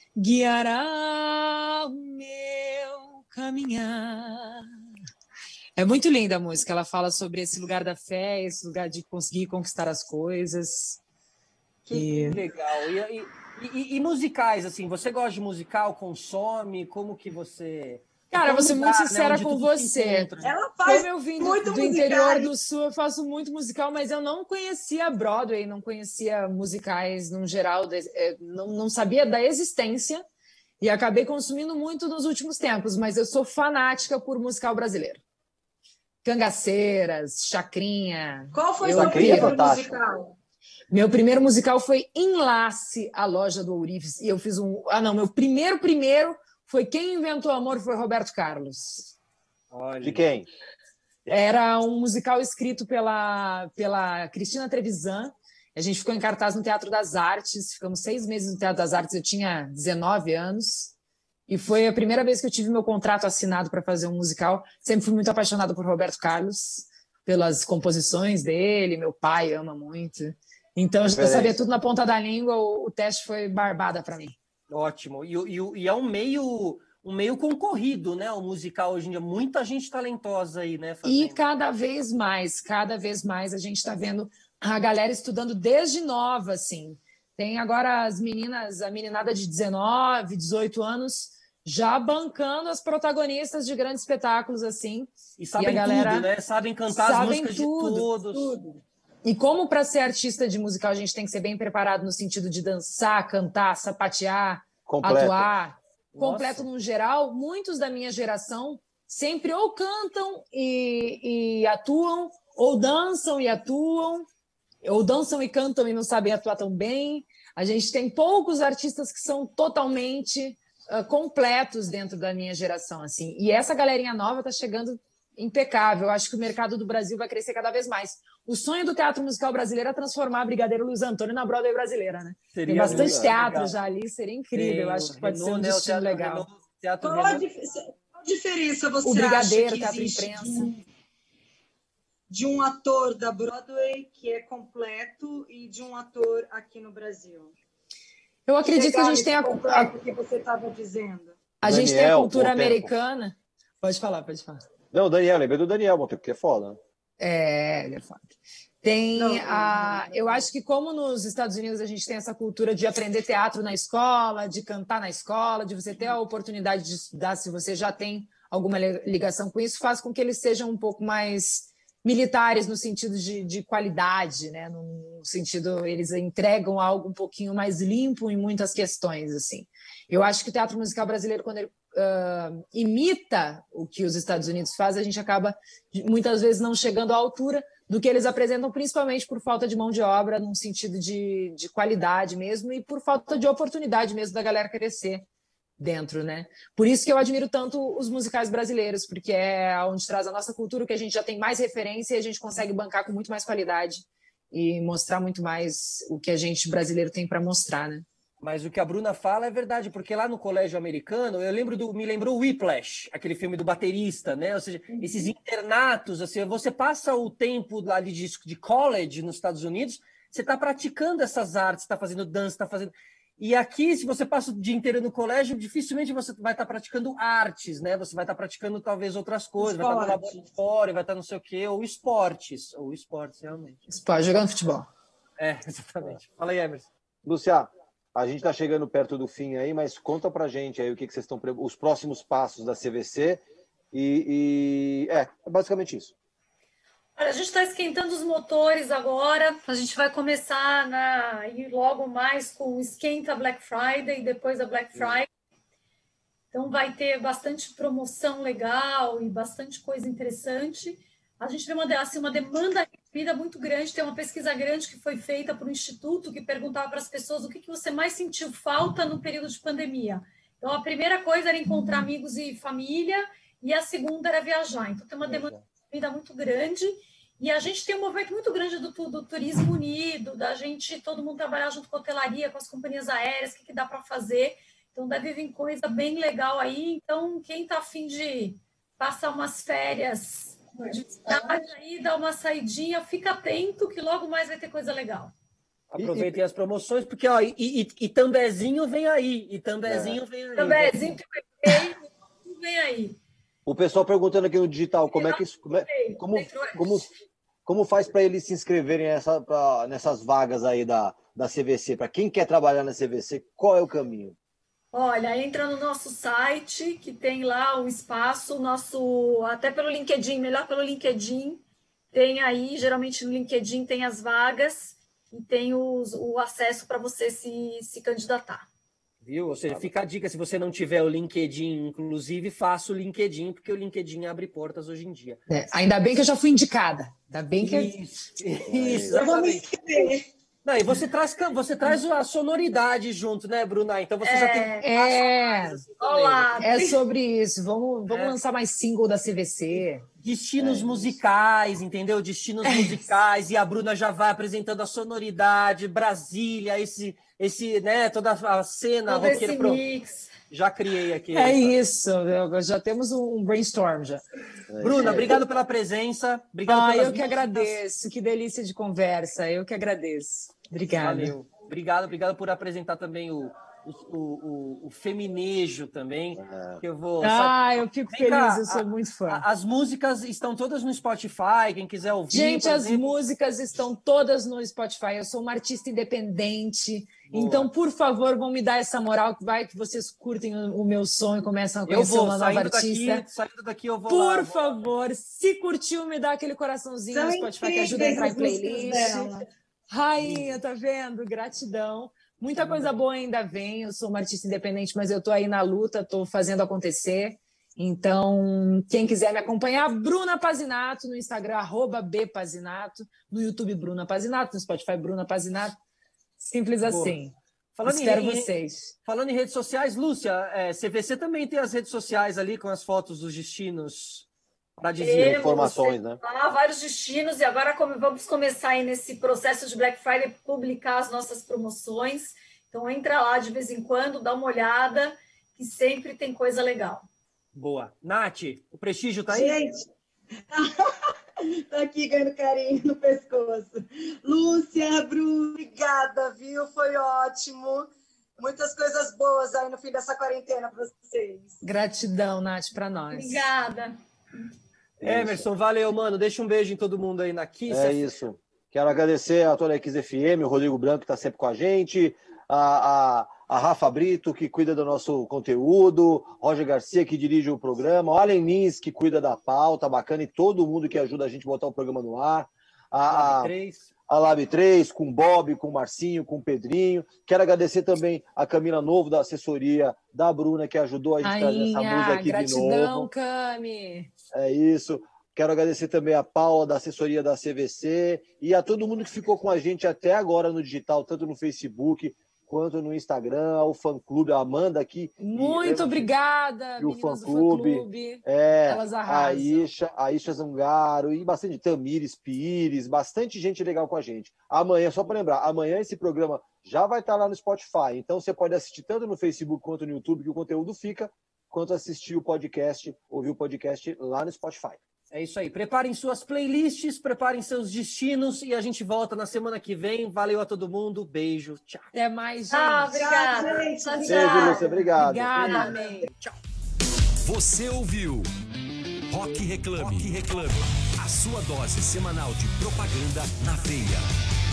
guiará o meu caminhar. É muito linda a música. Ela fala sobre esse lugar da fé, esse lugar de conseguir conquistar as coisas. Que legal. E musicais, assim, você gosta de musical, consome? Como que você... Cara, vou ser muito sincera com você. Ela faz Como eu vim muito do interior do Sul, eu faço muito musical, mas eu não conhecia Broadway, não conhecia musicais no geral, não sabia da existência e acabei consumindo muito nos últimos tempos, mas eu sou fanática por musical brasileiro. Cangaceiras, Chacrinha. Qual foi o seu primeiro musical? Meu primeiro musical foi Enlace, a Loja do Ourives, e eu fiz meu primeiro foi Quem Inventou Amor, foi Roberto Carlos. Olha. De quem? Era um musical escrito pela Cristina Trevisan. A gente ficou em cartaz no Teatro das Artes, ficamos 6 meses no Teatro das Artes, eu tinha 19 anos, e foi a primeira vez que eu tive meu contrato assinado para fazer um musical. Sempre fui muito apaixonada por Roberto Carlos, pelas composições dele, meu pai ama muito. Então, eu sabia tudo na ponta da língua, o teste foi barbada para mim. Ótimo. E é um meio concorrido, né? O musical hoje em dia. Muita gente talentosa aí, né? Fazendo. E cada vez mais a gente está vendo a galera estudando desde nova, assim. Tem agora a meninada de 19, 18 anos já bancando as protagonistas de grandes espetáculos, assim. E sabem a galera tudo, né? Sabem cantar as músicas de todos. Tudo. E como para ser artista de musical a gente tem que ser bem preparado no sentido de dançar, cantar, sapatear, atuar, completo no geral, muitos da minha geração sempre ou cantam e atuam, ou dançam e atuam, ou dançam e cantam e não sabem atuar tão bem. A gente tem poucos artistas que são totalmente completos dentro da minha geração, assim. E essa galerinha nova está chegando impecável. Eu acho que o mercado do Brasil vai crescer cada vez mais. O sonho do teatro musical brasileiro é transformar a Brigadeiro Luiz Antônio na Broadway brasileira, né? Tem bastante teatro já ali, seria incrível. Eu acho que pode ser um destino legal. Qual a diferença você acha o Brigadeiro, que Teatro existe Imprensa. de um ator da Broadway que é completo e de um ator aqui no Brasil? Eu acredito que a gente tem o que você estava dizendo. A gente tem a cultura americana. Pode falar. Não, Daniel, lembrei do Daniel Monteiro, porque é foda. Ele é foda. Eu acho que como nos Estados Unidos a gente tem essa cultura de aprender teatro na escola, de cantar na escola, de você ter a oportunidade de estudar, se você já tem alguma ligação com isso, faz com que eles sejam um pouco mais militares no sentido de qualidade, né? No sentido, eles entregam algo um pouquinho mais limpo em muitas questões, assim. Eu acho que o teatro musical brasileiro, quando ele imita o que os Estados Unidos fazem, a gente acaba muitas vezes não chegando à altura do que eles apresentam, principalmente por falta de mão de obra, num sentido de qualidade mesmo, e por falta de oportunidade mesmo da galera crescer dentro, né? Por isso que eu admiro tanto os musicais brasileiros, porque é onde traz a nossa cultura, que a gente já tem mais referência e a gente consegue bancar com muito mais qualidade e mostrar muito mais o que a gente brasileiro tem para mostrar, né? Mas o que a Bruna fala é verdade, porque lá no colégio americano, me lembrou Whiplash, aquele filme do baterista, né? Ou seja, esses internatos, assim, você passa o tempo lá de college nos Estados Unidos, você está praticando essas artes, está fazendo dança, está fazendo... E aqui, se você passa o dia inteiro no colégio, dificilmente você vai estar praticando artes, né? Você vai estar praticando talvez outras coisas, vai estar no laboratório, vai estar não sei o quê, ou esportes, realmente. Jogando futebol. Exatamente. Fala aí, Emerson. Lúcia, a gente está chegando perto do fim aí, mas conta pra gente aí o que vocês estão... Os próximos passos da CVC é basicamente isso. Olha, a gente está esquentando os motores agora. A gente vai começar ir logo mais com o esquenta Black Friday, depois da Black Friday. Então vai ter bastante promoção legal e bastante coisa interessante. A gente vê uma demanda muito grande. Tem uma pesquisa grande que foi feita por um instituto que perguntava para as pessoas o que você mais sentiu falta no período de pandemia. Então a primeira coisa era encontrar amigos e família e a segunda era viajar. Então tem uma demanda muito grande, e a gente tem um movimento muito grande do turismo unido, da gente, todo mundo trabalhar junto com a hotelaria, com as companhias aéreas, o que dá para fazer. Então deve vir coisa bem legal aí. Então quem está a fim de passar umas férias de tarde aí, dar uma saidinha, fica atento que logo mais vai ter coisa legal. Aproveitem as promoções, porque e Tambezinho vem aí. Tambezinho vem aí. Tambezinho vem aí. O pessoal perguntando aqui no digital, como faz para eles se inscreverem nessas vagas aí da CVC? Para quem quer trabalhar na CVC, qual é o caminho? Olha, entra no nosso site, que tem lá um espaço, até pelo LinkedIn, melhor pelo LinkedIn, tem aí, geralmente no LinkedIn tem as vagas e tem o acesso para você se candidatar. Viu? Ou seja, fica a dica, se você não tiver o LinkedIn, inclusive, faça o LinkedIn, porque o LinkedIn abre portas hoje em dia. Ainda bem que eu já fui indicada. Ainda bem que... Isso, eu vou me inscrever. Não, e você traz a sonoridade junto, né, Bruna? Então você já tem... Olá! É sobre isso. Vamos lançar mais single da CVC. Destinos musicais, entendeu? Destinos musicais. E a Bruna já vai apresentando a sonoridade, Brasília, esse né, toda a cena. Todo esse mix. Já criei aqui. Isso, já temos um brainstorm já. Bruna, obrigado pela presença. Obrigado eu que agradeço. Que delícia de conversa. Eu que agradeço. Obrigada. Valeu. Obrigado por apresentar também o feminejo também. Que eu vou. Eu fico feliz, eu sou muito fã. As músicas estão todas no Spotify, quem quiser ouvir. Gente, as músicas estão todas no Spotify. Eu sou uma artista independente. Boa. Então, por favor, vão me dar essa moral, que vocês curtem o meu som e começam a conhecer uma nova artista. Saindo daqui, eu vou Por favor, se curtiu, me dá aquele coraçãozinho no Spotify que ajuda a entrar em playlist. Rainha, tá vendo? Gratidão. Muita coisa boa ainda vem. Eu sou uma artista independente, mas eu tô aí na luta, tô fazendo acontecer. Então, quem quiser me acompanhar, Bruna Pazinato no Instagram, @bpazinato, no YouTube Bruna Pazinato, no Spotify Bruna Pazinato. Simples assim. Espero vocês. Falando em redes sociais, Lúcia, CVC também tem as redes sociais ali com as fotos dos destinos para dizer informações, né? Vários destinos, e agora vamos começar aí nesse processo de Black Friday publicar as nossas promoções. Então entra lá de vez em quando, dá uma olhada, que sempre tem coisa legal. Boa. Nath, o prestígio tá aí? Gente, tô aqui ganhando carinho no pescoço. Lúcia, Bruno, obrigada, viu? Foi ótimo. Muitas coisas boas aí no fim dessa quarentena para vocês. Gratidão, Nath, para nós. Obrigada. Emerson, valeu, mano. Deixa um beijo em todo mundo aí na Kiss. É isso. Quero agradecer a toda a Kiss FM, o Rodrigo Branco, que tá sempre com a gente, a Rafa Brito, que cuida do nosso conteúdo, Roger Garcia, que dirige o programa, o Allen Lins, que cuida da pauta, bacana, e todo mundo que ajuda a gente a botar o programa no ar. A Lab 3, com o Bob, com o Marcinho, com o Pedrinho. Quero agradecer também a Camila Novo, da assessoria da Bruna, que ajudou a gente a trazer essa música aqui gratidão, de novo. Cami. É isso. Quero agradecer também a Paula, da assessoria da CVC, e a todo mundo que ficou com a gente até agora no digital, tanto no Facebook quanto no Instagram, ao fã-clube, a Amanda aqui. Muito obrigada, e o fã-clube. Elas arrasam. A Isha Zangaro e bastante Tamires Pires, bastante gente legal com a gente. Amanhã, só para lembrar, amanhã esse programa já vai estar lá no Spotify, então você pode assistir tanto no Facebook quanto no YouTube, que o conteúdo fica, quanto assistir o podcast, ouvir o podcast lá no Spotify. É isso aí. Preparem suas playlists, preparem seus destinos e a gente volta na semana que vem. Valeu a todo mundo. Beijo. Tchau. Até mais, gente. Obrigada. Beijo, Lúcia. Obrigado. Obrigada, amém. Tchau. Você ouviu Rock Reclame. A sua dose semanal de propaganda na veia.